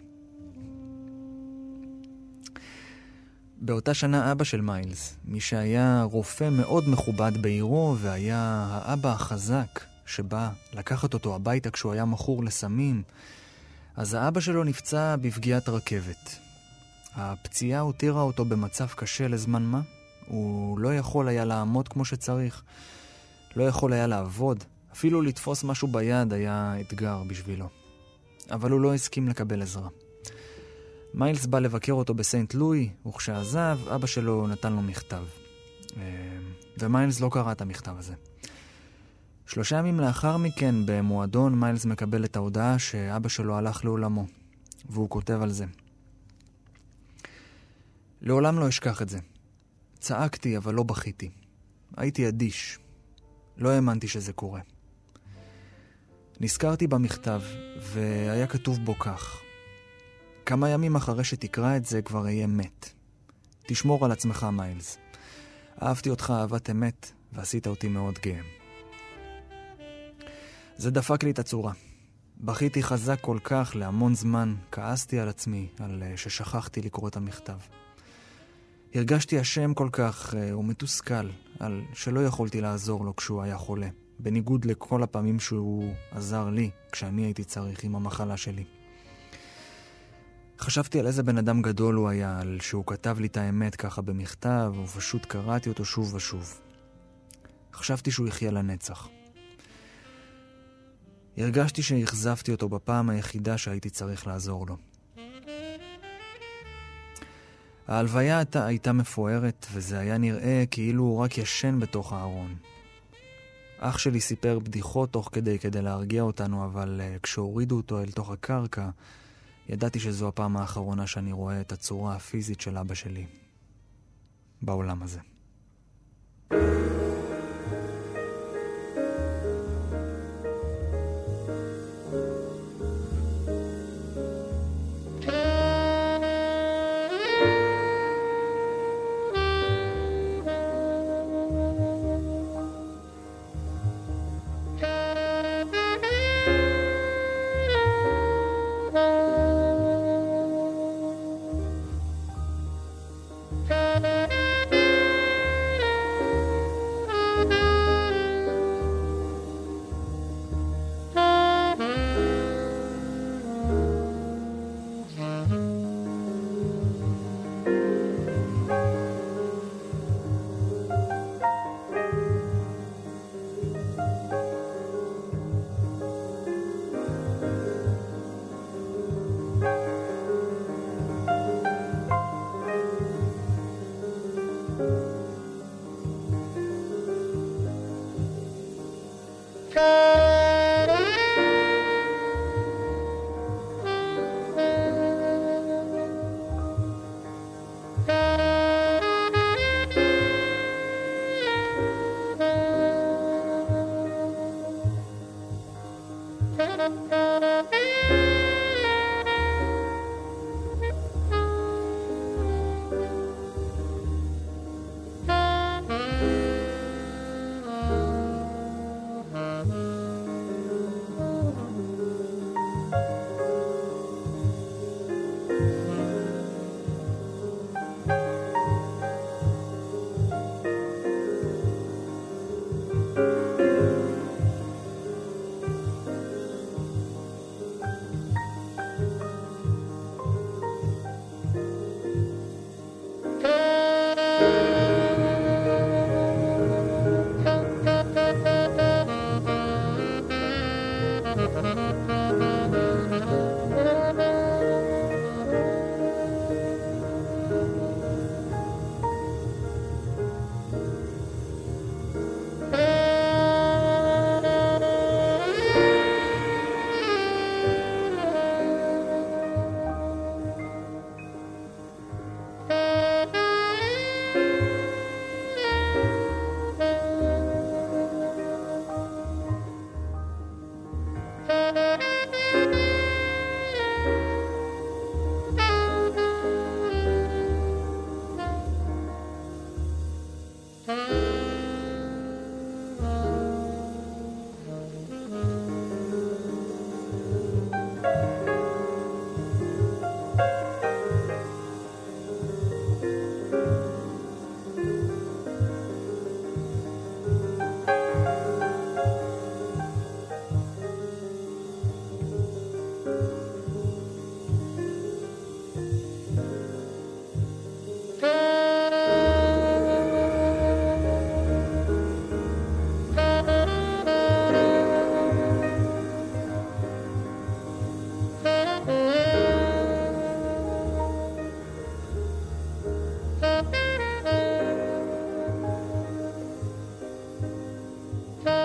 באותה שנה אבא של מיילס, מי שהיה רופא מאוד מכובד בעירו, והיה האבא החזק שבא לקחת אותו הביתה כשהוא היה מכור לסמים, אז האבא שלו נפצע בפגיעת רכבת. הפציעה הותירה אותו במצב קשה לזמן מה. הוא לא יכול היה לעמוד כמו שצריך. לא יכול היה לעבוד. אפילו לתפוס משהו ביד היה אתגר בשבילו. אבל הוא לא הסכים לקבל עזרה. מיילס בא לבקר אותו בסנט לואי, וכשעזב, אבא שלו נתן לו מכתב. ומיילס לא קרא את המכתב הזה. שלושה ימים לאחר מכן, במועדון, מיילס מקבל את ההודעה שאבא שלו הלך לעולמו. והוא כותב על זה. לעולם לא אשכח את זה. צעקתי, אבל לא בכיתי. הייתי אדיש. לא האמנתי שזה קורה. נזכרתי במכתב, והיה כתוב בו כך. כמה ימים אחרי שתקרא את זה כבר אהיה מת. תשמור על עצמך, מיילס. אהבתי אותך אהבת אמת, ועשית אותי מאוד גאה. זה דפק לי את הצורה. בכיתי חזק כל כך להמון זמן, כעסתי על עצמי, על ששכחתי לקרוא את המכתב. הרגשתי אשם כל כך ומתוסכל, על שלא יכולתי לעזור לו כשהוא היה חולה, בניגוד לכל הפעמים שהוא עזר לי כשאני הייתי צריך עם המחלה שלי. חשבתי על איזה בן אדם גדול הוא היה, על שהוא כתב לי את האמת ככה במכתב, ופשוט קראתי אותו שוב ושוב. חשבתי שהוא יחיה לנצח. הרגשתי שהחזבתי אותו בפעם היחידה שהייתי צריך לעזור לו. ההלוויה הייתה, הייתה מפוארת, וזה היה נראה כאילו הוא רק ישן בתוך הארון. אח שלי סיפר בדיחות תוך כדי כדי להרגיע אותנו, אבל uh, כשהורידו אותו אל תוך הקרקע, ידעתי שזו הפעם האחרונה שאני רואה את הצורה הפיזית של אבא שלי בעולם הזה.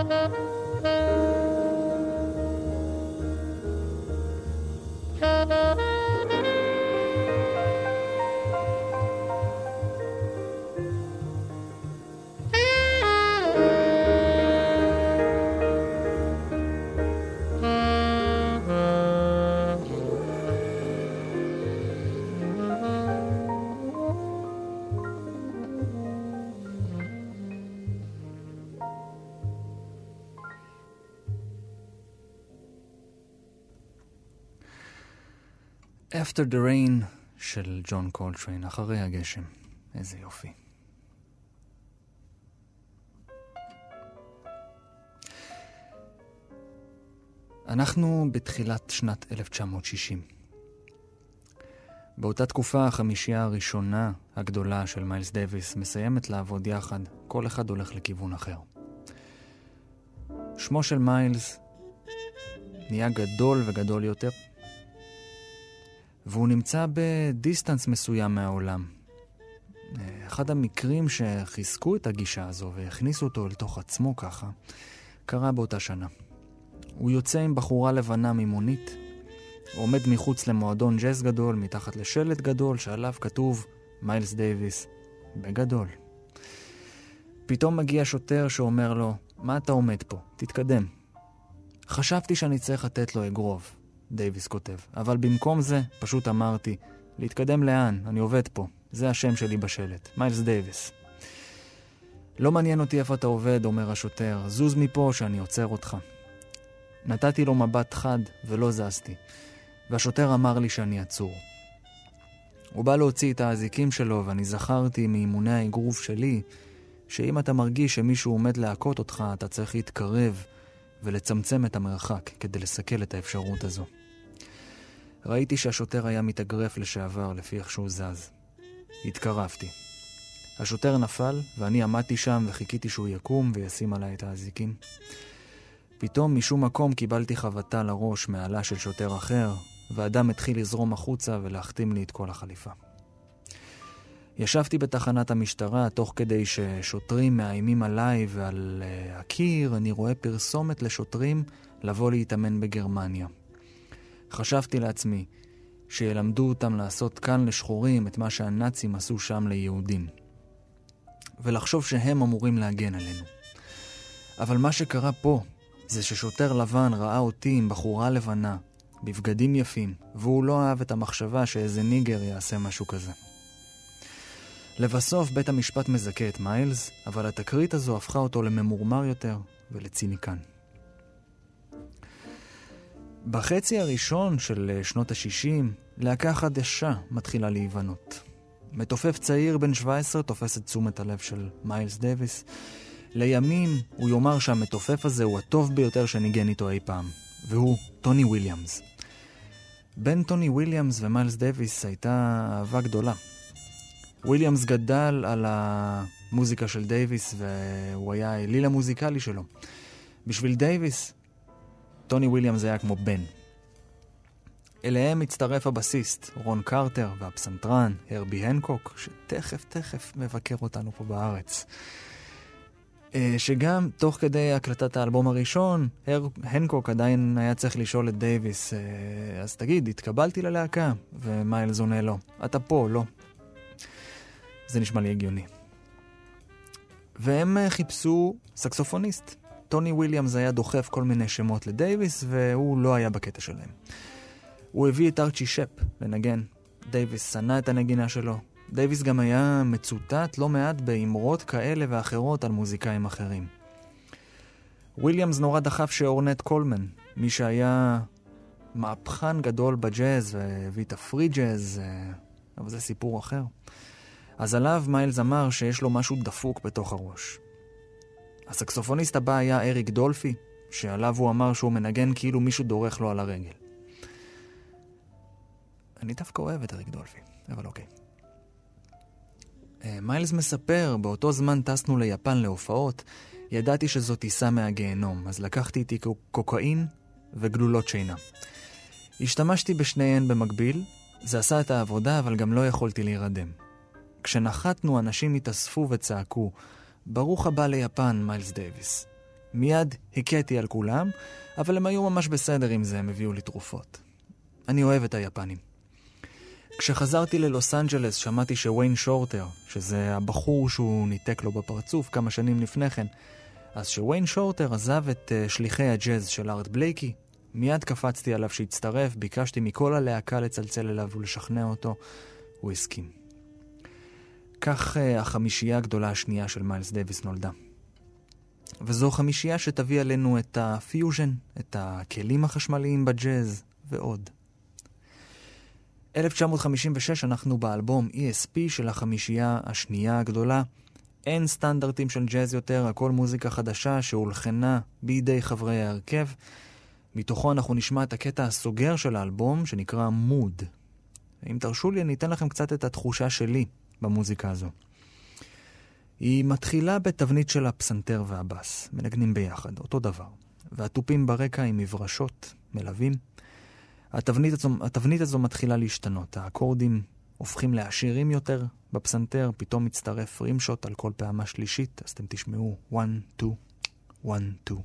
After the Rain של ג'ון קולטריין, אחרי הגשם. איזה יופי. אנחנו בתחילת שנת אלף תשע מאות שישים. באותה תקופה החמישייה הראשונה הגדולה של מיילס דייוויס מסיימת לעבוד יחד, כל אחד הולך לכיוון אחר. שמו של מיילס נהיה גדול וגדול יותר, והוא נמצא בדיסטנס מסוים מהעולם. אחד המקרים שחיזקו את הגישה הזו והכניסו אותו לתוך עצמו ככה, קרה באותה שנה. הוא יוצא עם בחורה לבנה ממונית, הוא עומד מחוץ למועדון ג'אז גדול, מתחת לשלט גדול, שעליו כתוב מיילס דייוויס בגדול. פתאום מגיע שוטר שאומר לו, מה אתה עומד פה? תתקדם. חשבתי שאני צריך לתת לו אגרוב, דייוויס כותב, אבל במקום זה פשוט אמרתי, להתקדם לאן? אני עובד פה. זה השם שלי בשלט, מיילס דייוויס. לא מעניין אותי איפה אתה עובד, אומר השוטר, זוז מפה שאני עוצר אותך. נתתי לו מבט חד ולא זזתי, והשוטר אמר לי שאני עצור. הוא בא להוציא את האזיקים שלו, ואני זכרתי מאימוני האגרוף שלי, שאם אתה מרגיש שמישהו עומד להכות אותך, אתה צריך להתקרב ולצמצם את המרחק כדי לסכל את האפשרות הזו. ראיתי שהשוטר היה מתאגרף לשעבר לפי איך שהוא זז. התקרבתי. השוטר נפל ואני עמדתי שם וחיכיתי שהוא יקום וישים עליי את האזיקים. פתאום משום מקום קיבלתי חבטה לראש מעלה של שוטר אחר, והאדם התחיל לזרום החוצה ולהחתים לי את כל החליפה. ישבתי בתחנת המשטרה תוך כדי ששוטרים מאיימים עליי ועל uh, הקיר אני רואה פרסומת לשוטרים לבוא להתאמן בגרמניה. חשבתי לעצמי שילמדו אותם לעשות כאן לשחורים את מה שהנאצים עשו שם ליהודים. ולחשוב שהם אמורים להגן עלינו. אבל מה שקרה פה זה ששוטר לבן ראה אותי עם בחורה לבנה, בבגדים יפים, והוא לא אהב את המחשבה שאיזה ניגר יעשה משהו כזה. לבסוף בית המשפט מזכה את מיילס, אבל התקרית הזו הפכה אותו לממורמר יותר ולציניקן. בחצי הראשון של שנות ה-שישים, להקה חדשה מתחילה להיבנות. מתופף צעיר בן שבע עשרה תופס את תשומת הלב של מיילס דייוויס. לימים הוא יאמר שהמתופף הזה הוא הטוב ביותר שניגן איתו אי פעם, והוא טוני וויליאמס. בין טוני וויליאמס ומיילס דייוויס הייתה אהבה גדולה. וויליאמס גדל על המוזיקה של דייוויס והוא היה האליל המוזיקלי שלו. בשביל דייוויס, טוני וויליאמס היה כמו בן. אליהם הצטרף הבסיסט, רון קרטר והפסנתרן, הרבי הנקוק, שתכף תכף מבקר אותנו פה בארץ. שגם תוך כדי הקלטת האלבום הראשון, הנקוק עדיין היה צריך לשאול את דייוויס, אז תגיד, התקבלתי ללהקה? ומיילס עונה לו, אתה פה, לא. זה נשמע לי הגיוני. והם חיפשו סקסופוניסט. טוני וויליאמס היה דוחף כל מיני שמות לדייוויס, והוא לא היה בקטע שלהם. הוא הביא את ארצ'י שפ לנגן. דייוויס שנא את הנגינה שלו. דייוויס גם היה מצוטט לא מעט באמרות כאלה ואחרות על מוזיקאים אחרים. וויליאמס נורא דחף שאורנט קולמן, מי שהיה מהפכן גדול בג'אז והביא את הפרי ג'אז, אבל זה סיפור אחר. אז עליו מיילס אמר שיש לו משהו דפוק בתוך הראש. הסקסופוניסט הבא היה אריק דולפי, שעליו הוא אמר שהוא מנגן כאילו מישהו דורך לו על הרגל. אני דווקא אוהב את אריק דולפי, אבל אוקיי. מיילס מספר, באותו זמן טסנו ליפן להופעות, ידעתי שזו טיסה מהגיהנום, אז לקחתי איתי קוקאין וגלולות שינה. השתמשתי בשניהן במקביל, זה עשה את העבודה, אבל גם לא יכולתי להירדם. כשנחתנו, אנשים התאספו וצעקו, ברוך הבא ליפן, מיילס דייוויס. מיד הכיתי על כולם, אבל הם היו ממש בסדר עם זה, הם הביאו לי תרופות. אני אוהב את היפנים. כשחזרתי ללוס אנג'לס שמעתי שוויין שורטר, שזה הבחור שהוא ניתק לו בפרצוף כמה שנים לפני כן, אז שוויין שורטר עזב את uh, שליחי הג'אז של ארט בלייקי, מיד קפצתי עליו שהצטרף, ביקשתי מכל הלהקה לצלצל אליו ולשכנע אותו, הוא הסכים. כך uh, החמישייה הגדולה השנייה של מיילס דייוויס נולדה. וזו חמישייה שתביא עלינו את הפיוז'ן, את הכלים החשמליים בג'אז ועוד. אלף תשע מאות חמישים ושש אנחנו באלבום אי אס פי של החמישייה השנייה הגדולה. אין סטנדרטים של ג'אז יותר, הכל מוזיקה חדשה שהולחנה בידי חברי ההרכב. מתוכו אנחנו נשמע את הקטע הסוגר של האלבום שנקרא מוד. אם תרשו לי אני אתן לכם קצת את התחושה שלי במוזיקה הזו. היא מתחילה בתבנית של הפסנתר והבאס, מנגנים ביחד, אותו דבר. והטופים ברקע עם מברשות, מלווים. התבנית הזו, התבנית הזו מתחילה להשתנות. האקורדים הופכים לעשירים יותר בפסנתר, פתאום מצטרף רימשוט על כל פעמה שלישית, אז אתם תשמעו אחת, שתיים, אחת, שתיים.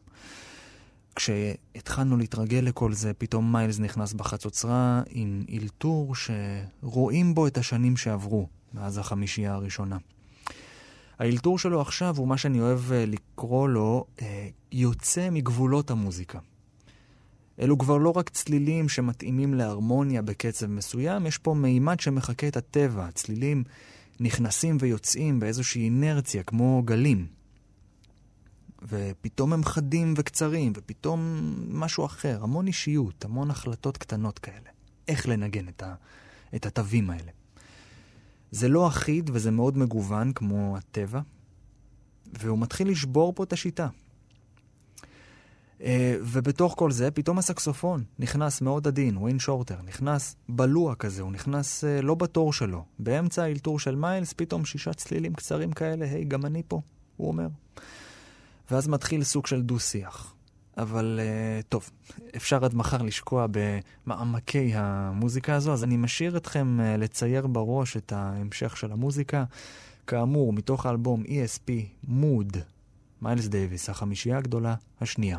כשהתחלנו להתרגל לכל זה, פתאום מיילס נכנס בחצוצרה עם אילתור שרואים בו את השנים שעברו מאז החמישייה הראשונה. האילתור שלו עכשיו הוא מה שאני אוהב לקרוא לו יוצא מגבולות המוזיקה. אלו כבר לא רק צלילים שמתאימים להרמוניה בקצב מסוים, יש פה מימד שמחכה את הטבע. צלילים נכנסים ויוצאים באיזושהי אינרציה כמו גלים. ופתאום הם חדים וקצרים, ופתאום משהו אחר, המון אישיות, המון החלטות קטנות כאלה. איך לנגן את, ה, את התווים האלה. זה לא אחיד וזה מאוד מגוון כמו הטבע, והוא מתחיל לשבור פה את השיטה. ובתוך כל זה פתאום הסקסופון נכנס מאוד עדין, וויין שורטר, נכנס בלוע כזה, הוא נכנס לא בתור שלו. באמצע האילתור של מיילס פתאום שישה צלילים קצרים כאלה, היי, גם אני פה, הוא אומר. ואז מתחיל סוג של דו-שיח. אבל טוב, אפשר עד מחר לשקוע במעמקי המוזיקה הזו, אז אני משאיר אתכם לצייר בראש את ההמשך של המוזיקה. כאמור, מתוך האלבום אי אס פי Mood, מיילס דייוויס, החמישייה הגדולה השנייה.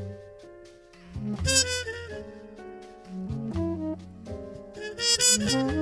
Mm-hmm.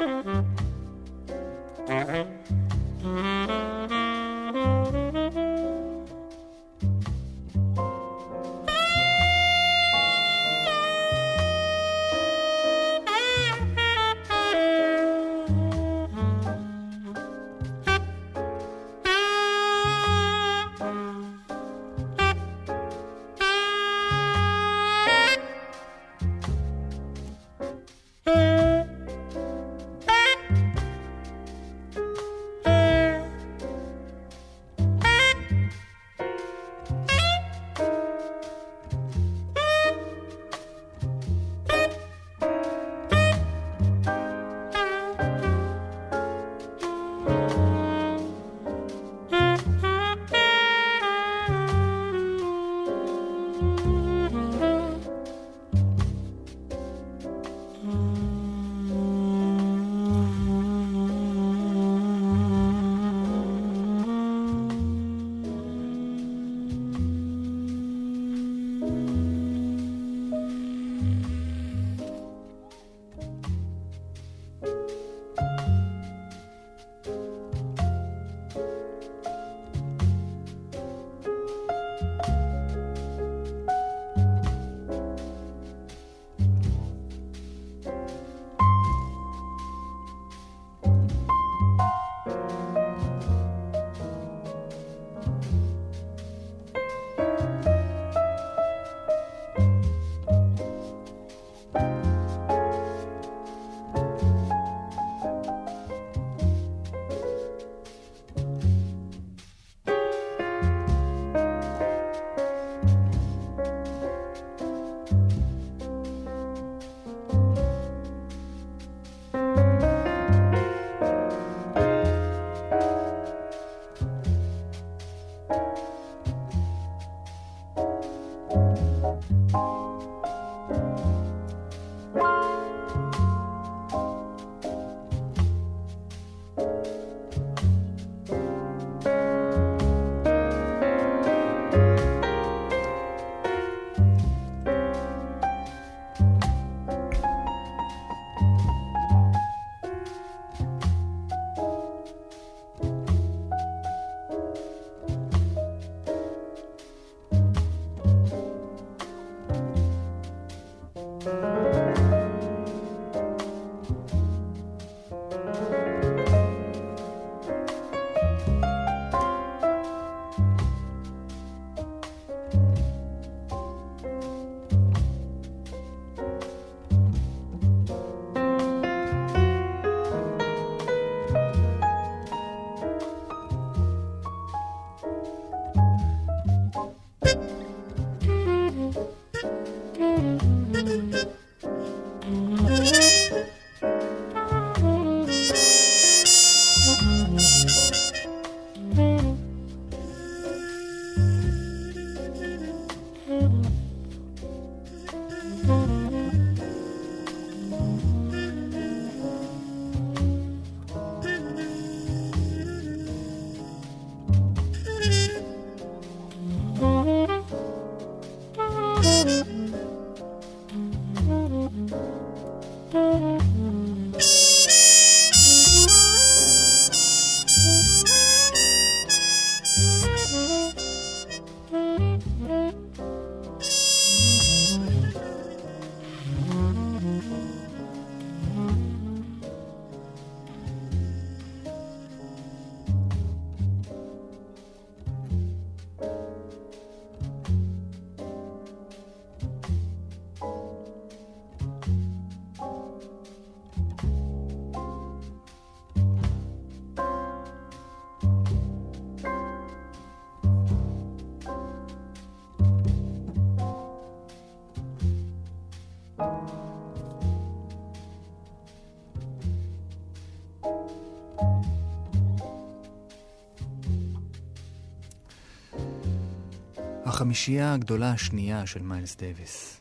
החמישייה הגדולה השנייה של מיילס דייוויס,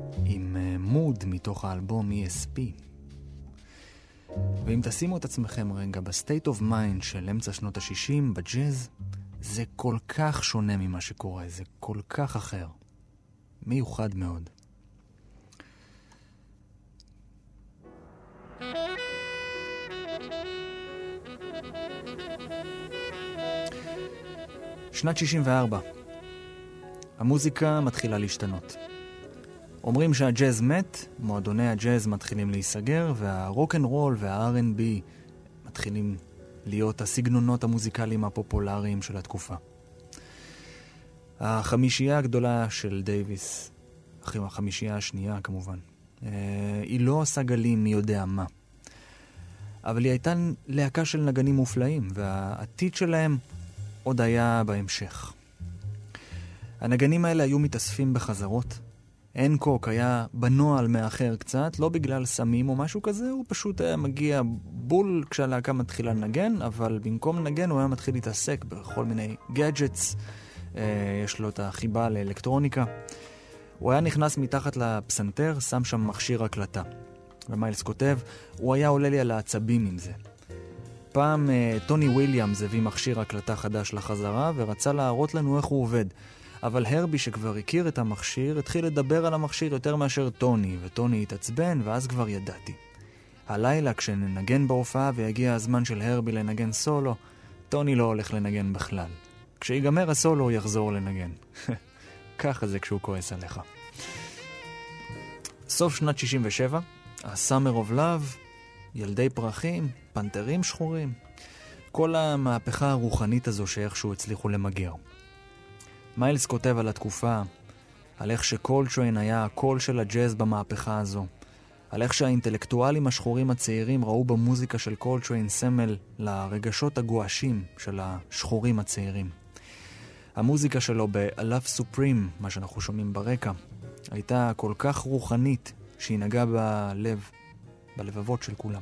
עם מוד מתוך האלבום E S P. ואם תשימו את עצמכם רגע בסטייט אוף מיינד של אמצע שנות ה-שישים, בג'אז, זה כל כך שונה ממה שקורה, זה כל כך אחר. מיוחד מאוד. שנת שישים וארבע. המוזיקה מתחילה להשתנות. אומרים שהג'אז מת, מועדוני הג'אז מתחילים להיסגר, והרוק'נ'רול וה-אר אנד בי מתחילים להיות הסגנונות המוזיקליים הפופולריים של התקופה. החמישייה הגדולה של דייוויס, החמישייה השנייה כמובן, היא לא עושה גלים מי יודע מה. אבל היא הייתה להקה של נגנים מופלאים, והעתיד שלהם עוד היה בהמשך. הנגנים האלה היו מתאספים בחזרות. הנקוק היה בנועל מאחר קצת, לא בגלל סמים או משהו כזה, הוא פשוט היה מגיע בול כשהלהקה מתחילה לנגן, אבל במקום לנגן הוא היה מתחיל להתעסק בכל מיני גאדג'טס, יש לו את החיבה לאלקטרוניקה. הוא היה נכנס מתחת לפסנתר, שם שם מכשיר הקלטה. ומיילס כותב, הוא היה עולה לי על העצבים עם זה. פעם טוני וויליאמס הביא מכשיר הקלטה חדש לחזרה ורצה להראות לנו איך הוא עובד. אבל הרבי שכבר הכיר את המכשיר התחיל לדבר על המכשיר יותר מאשר טוני, וטוני התעצבן ואז כבר ידעתי. הלילה כשננגן בהופעה ויגיע הזמן של הרבי לנגן סולו, טוני לא הולך לנגן בכלל. כשיגמר הסולו הוא יחזור לנגן. ככה זה כשהוא כועס עליך. סוף שנת שישים ושבע, ה-Summer of Love, ילדי פרחים, פנתרים שחורים, כל המהפכה הרוחנית הזו שאיכשהו הצליחו למגר. מיילס כותב על התקופה, על איך שקולטריין היה הקול של הג'אז במהפכה הזו, על איך שהאינטלקטואלים השחורים הצעירים ראו במוזיקה של קולטריין סמל לרגשות הגואשים של השחורים הצעירים. המוזיקה שלו ב-A Love Supreme, מה שאנחנו שומעים ברקע, הייתה כל כך רוחנית שהיא נגעה בלב, בלבבות של כולם.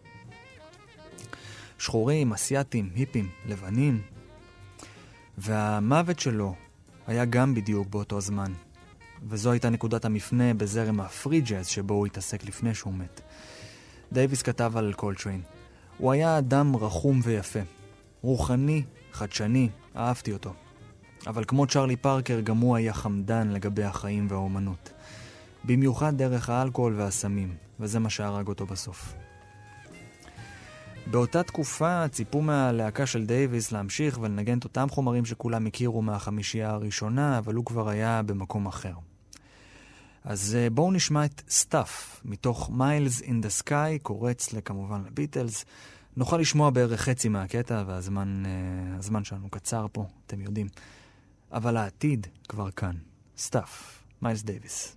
שחורים, אסיאטים, היפים, לבנים. והמוות שלו היה גם בדיוק באותו זמן. וזו הייתה נקודת המפנה בזרם הפרי ג'אז שבו הוא התעסק לפני שהוא מת. דייוויס כתב על קולטריין, הוא היה אדם רחום ויפה. רוחני, חדשני, אהבתי אותו. אבל כמו צ'רלי פארקר גם הוא היה חמדן לגבי החיים והאומנות. במיוחד דרך האלכוהול והסמים, וזה מה שהרג אותו בסוף. באותה תקופה ציפו מהלהקה של דייוויס להמשיך ולנגן את אותם חומרים שכולם הכירו מהחמישייה הראשונה, אבל הוא כבר היה במקום אחר. אז בואו נשמע את סטאף, מתוך Miles in the Sky, קורץ לכמובן לביטלס. נוכל לשמוע בערך חצי מהקטע, והזמן הזמן שלנו קצר פה, אתם יודעים. אבל העתיד כבר כאן. סטאף, מיילס דייוויס.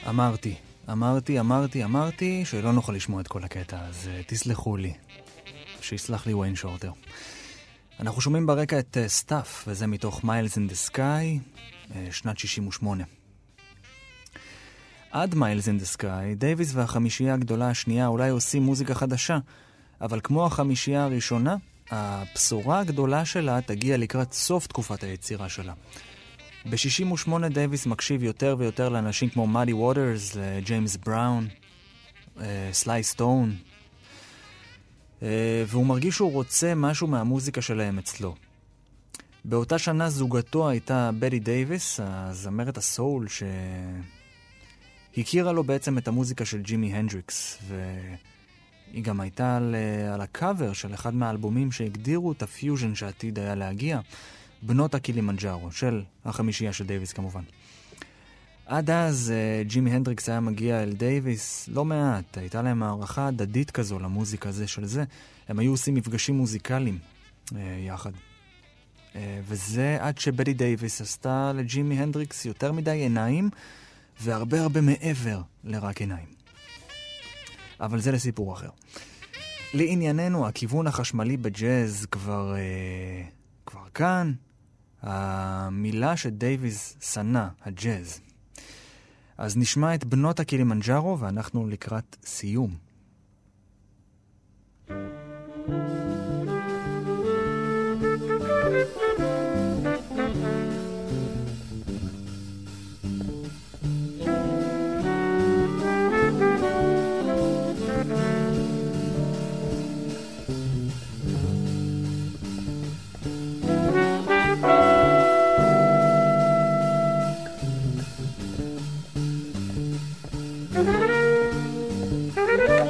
אמרתי, אמרתי, אמרתי, אמרתי שלא נוכל לשמוע את כל הקטע, אז uh, תסלחו לי. שיסלח לי ויין שורטר. אנחנו שומעים ברקע את סטאף, uh, וזה מתוך Miles in the Sky, uh, שנת שישים ושמונה. עד Miles in the Sky, דייביס והחמישייה הגדולה השנייה אולי עושים מוזיקה חדשה, אבל כמו החמישייה הראשונה, הבשורה הגדולה שלה תגיע לקראת סוף תקופת היצירה שלה. ב-שישים ושמונה דייביס מקשיב יותר ויותר לאנשים כמו מאדי ווטרס, ג'יימס בראון, סליי סטון, והוא מרגיש שהוא רוצה משהו מהמוזיקה שלהם אצלו. באותה שנה זוגתו הייתה בדי דייביס, הזמרת הסול, שהכירה לו בעצם את המוזיקה של ג'ימי הנדריקס, והיא גם הייתה על, על הקאבר של אחד מהאלבומים שהגדירו את הפיוז'ן שעתיד היה להגיע, בנות הקילימנג'ארו, של החמישייה של דייביס כמובן. עד אז ג'ימי הנדריקס היה מגיע אל דייביס לא מעט, הייתה להם הערכה הדדית כזו למוזיקה הזה של זה, הם היו עושים מפגשים מוזיקליים יחד. וזה עד שבדי דייביס עשתה לג'ימי הנדריקס יותר מדי עיניים, והרבה הרבה מעבר לרק עיניים. אבל זה לסיפור אחר. לענייננו, הכיוון החשמלי בג'אז כבר, כבר כאן, המילה שדייביס סנה, הג'אז. אז נשמע את בנות הקילימנג'ארו ואנחנו לקראת סיום. Thank you.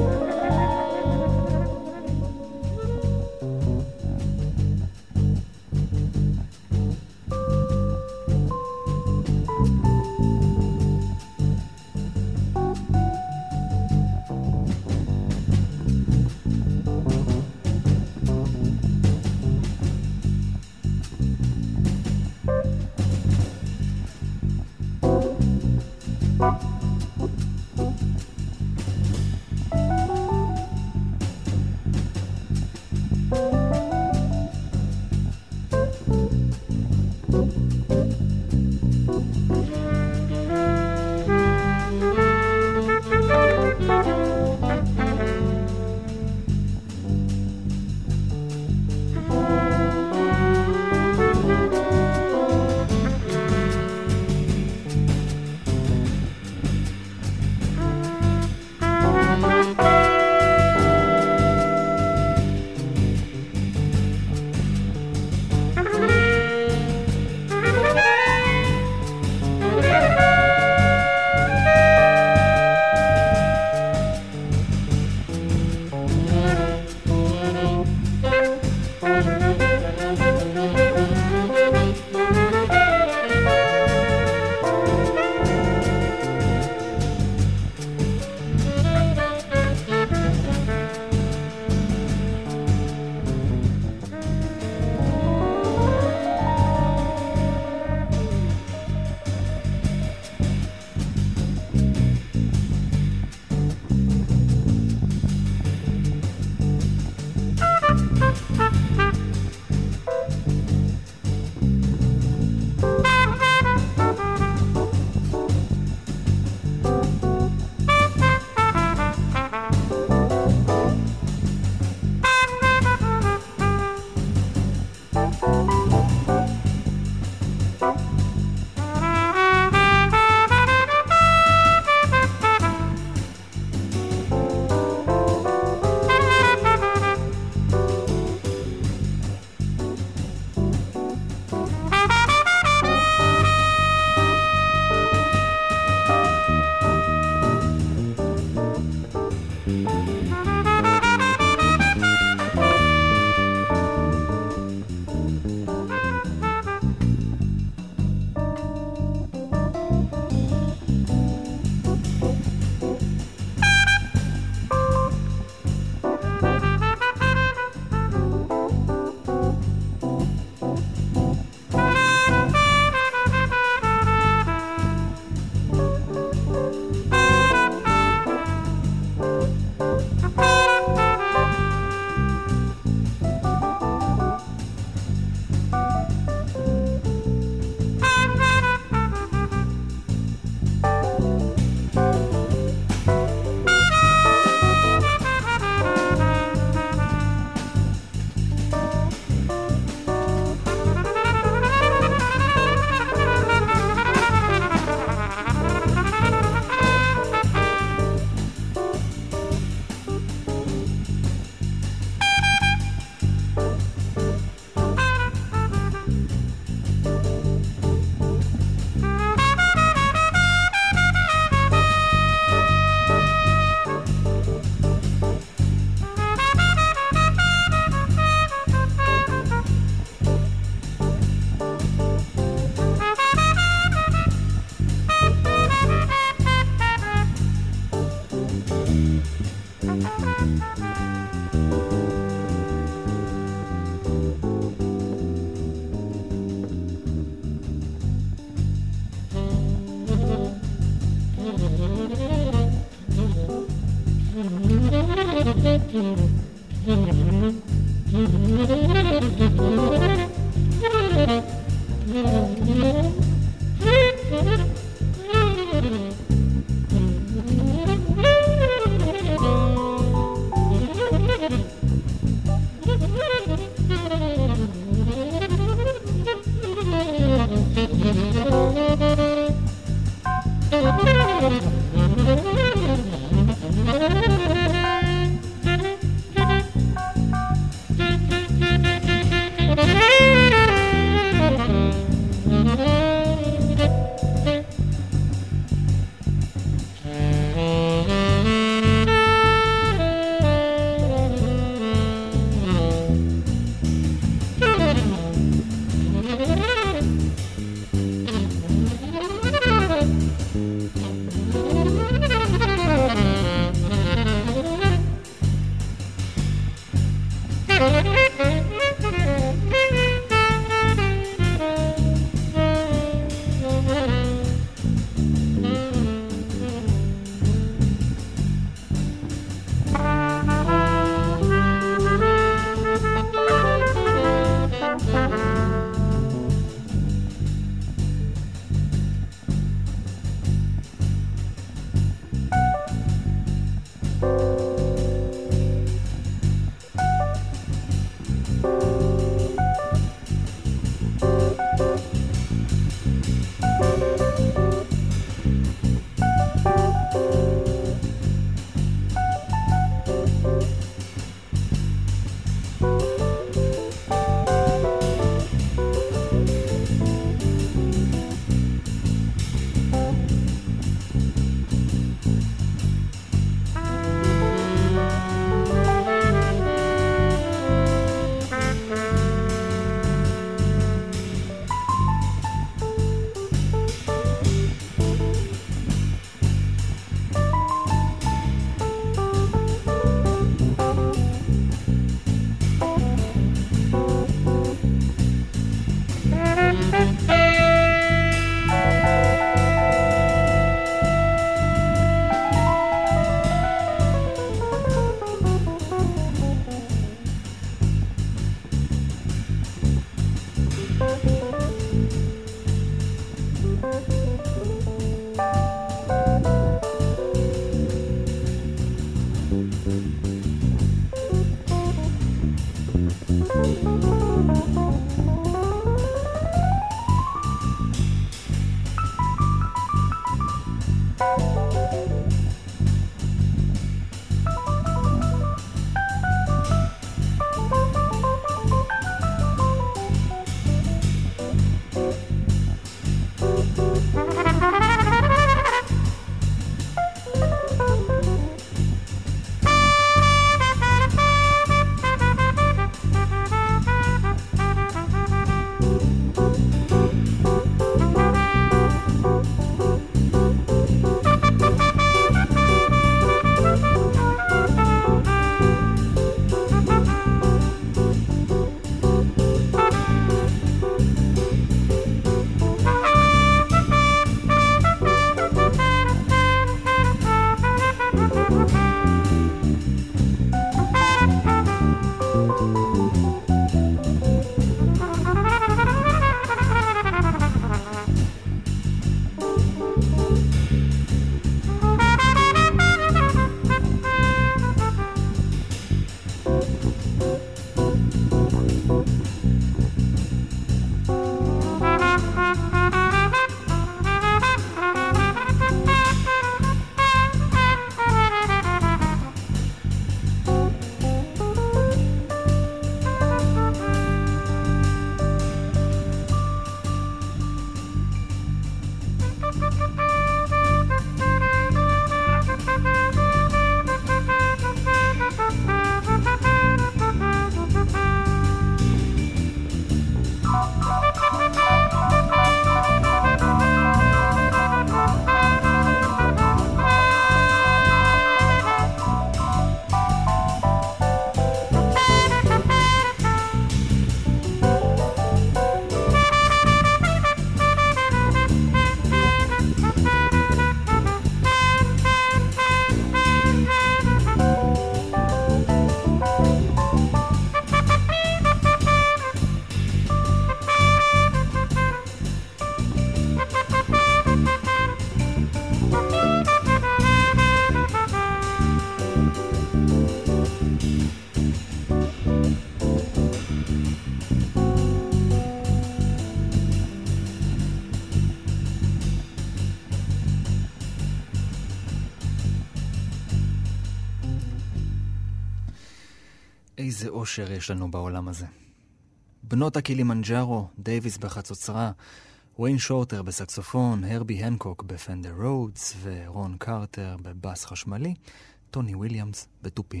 איזה אושר יש לנו בעולם הזה. בנות הקילימנג'ארו, דייוויס בחצוצרה, וויין שורטר בסקסופון, הרבי הנקוק בפנדר רודס, ורון קרטר בבאס חשמלי, טוני וויליאמס בטופים.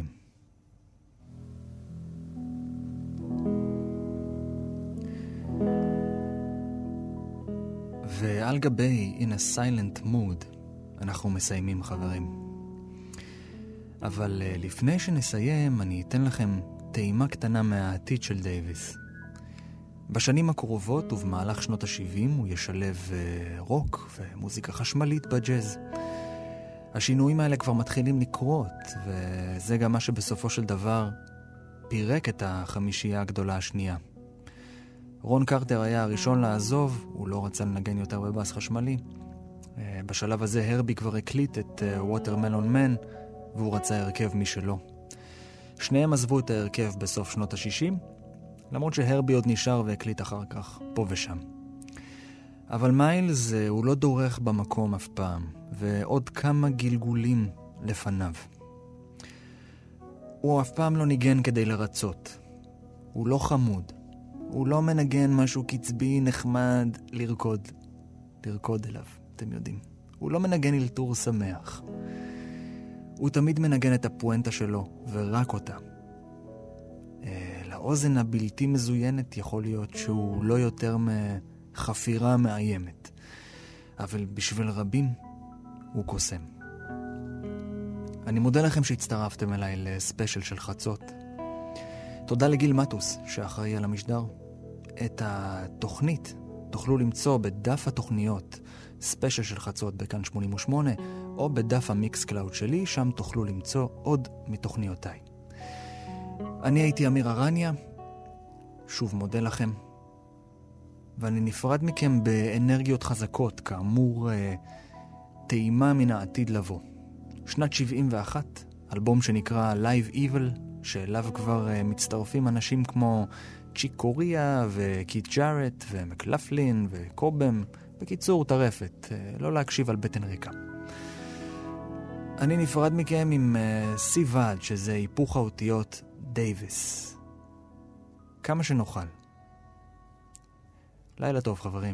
ועל גבי In a Silent Mood אנחנו מסיימים, חברים. אבל uh, לפני שנסיים אני אתן לכם טעימה קטנה מהעתיד של דייוויס. בשנים הקרובות ובמהלך שנות ה-שבעים הוא ישלב uh, רוק ומוזיקה חשמלית בג'אז. השינויים האלה כבר מתחילים לקרות, וזה גם מה שבסופו של דבר פירק את החמישייה הגדולה השנייה. רון קרטר היה הראשון לעזוב, הוא לא רצה לנגן יותר בבאס חשמלי. בשלב הזה הרבי כבר הקליט את ווטרמלון מן, והוא רצה הרכב משלו. שניהם עזבו את ההרכב בסוף שנות ה-שישים, למרות שהרבי עוד נשאר והקליט אחר כך, פה ושם. אבל מיילס הוא לא דורך במקום אף פעם, ועוד כמה גלגולים לפניו. הוא אף פעם לא ניגן כדי לרצות. הוא לא חמוד. הוא לא מנגן משהו קצבי נחמד לרקוד. לרקוד אליו, אתם יודעים. הוא לא מנגן אלתור שמח. הוא תמיד מנגן את הפואנטה שלו, ורק אותה. אה, לאוזן הבלתי מזוינת יכול להיות שהוא לא יותר מחפירה מאיימת. אבל בשביל רבים הוא קוסם. אני מודה לכם שהצטרפתם אליי לספיישל של חצות. תודה לגיל מטוס שאחראי על המשדר. את התוכנית תוכלו למצוא בדף התוכניות ספיישל של חצות בכאן שמונים ושמונה, או בדף המיקס קלאוד שלי, שם תוכלו למצוא עוד מתוכניותיי. אני הייתי אמיר ארניה, שוב מודה לכם, ואני נפרד מכם באנרגיות חזקות, כאמור טעימה מן העתיד לבוא. שנת שבעים ואחת, אלבום שנקרא Live Evil, שאליו כבר מצטרפים אנשים כמו צ'יק קוריה וקיט ג'ארט ומקלפלין וקובם. בקיצור, טרפת, לא להקשיב על בטן ריקה. אני נפרד מכם עם סי ועד, שזה היפוך האותיות דייוויס. כמה שנוכל. לילה טוב, חברים.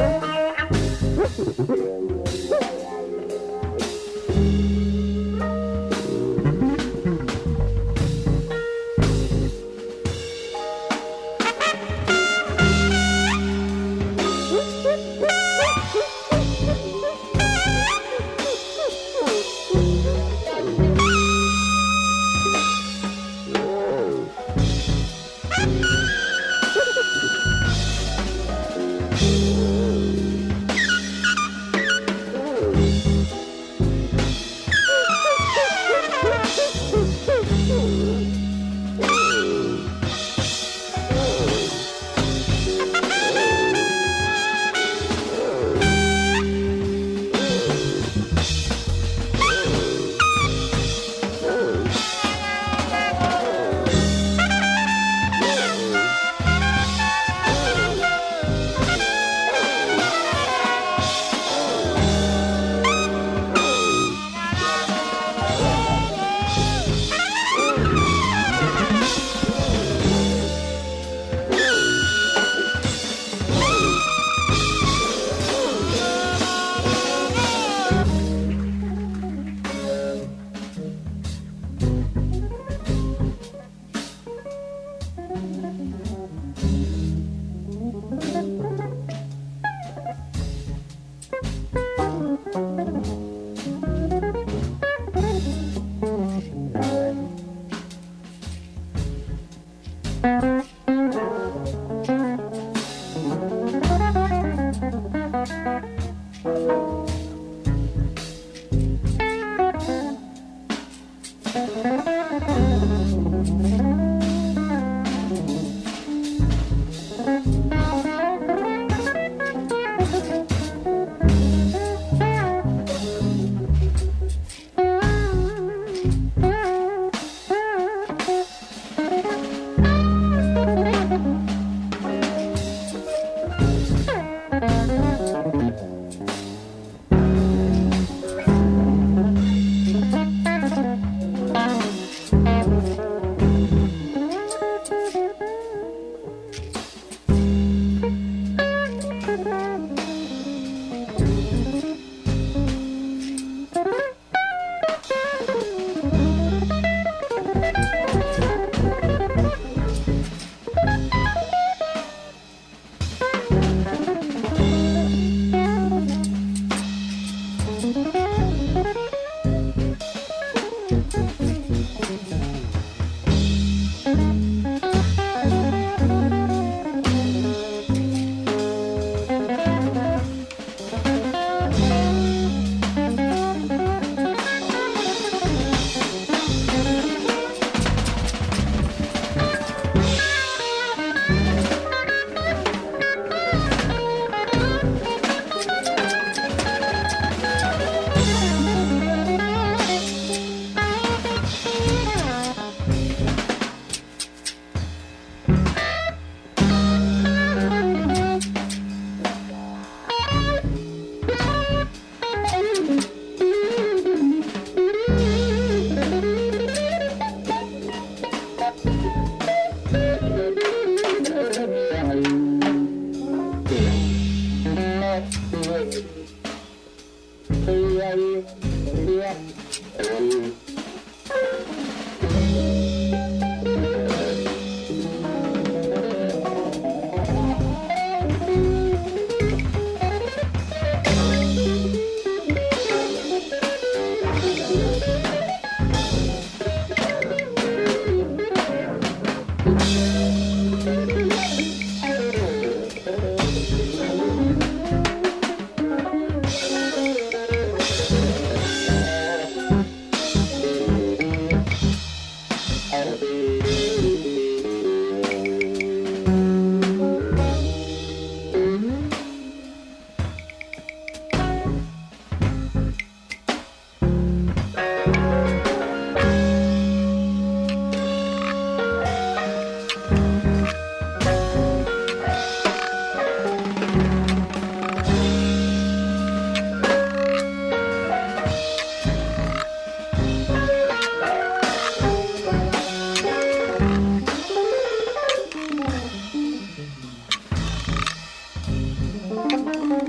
Thank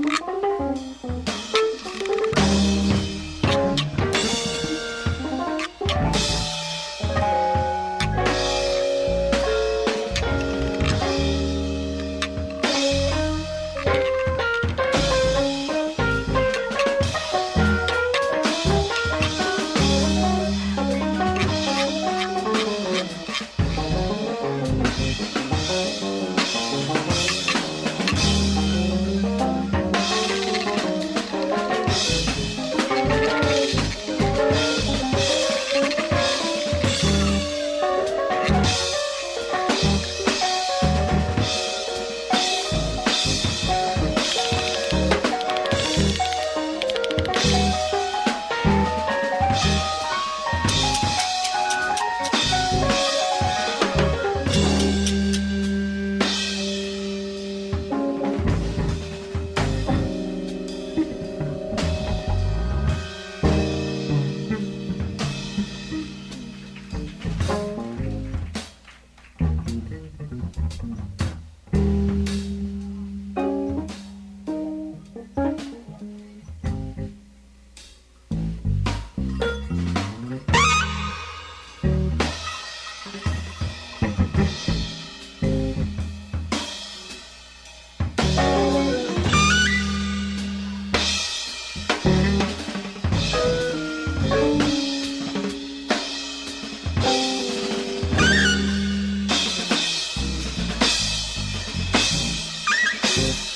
עוד.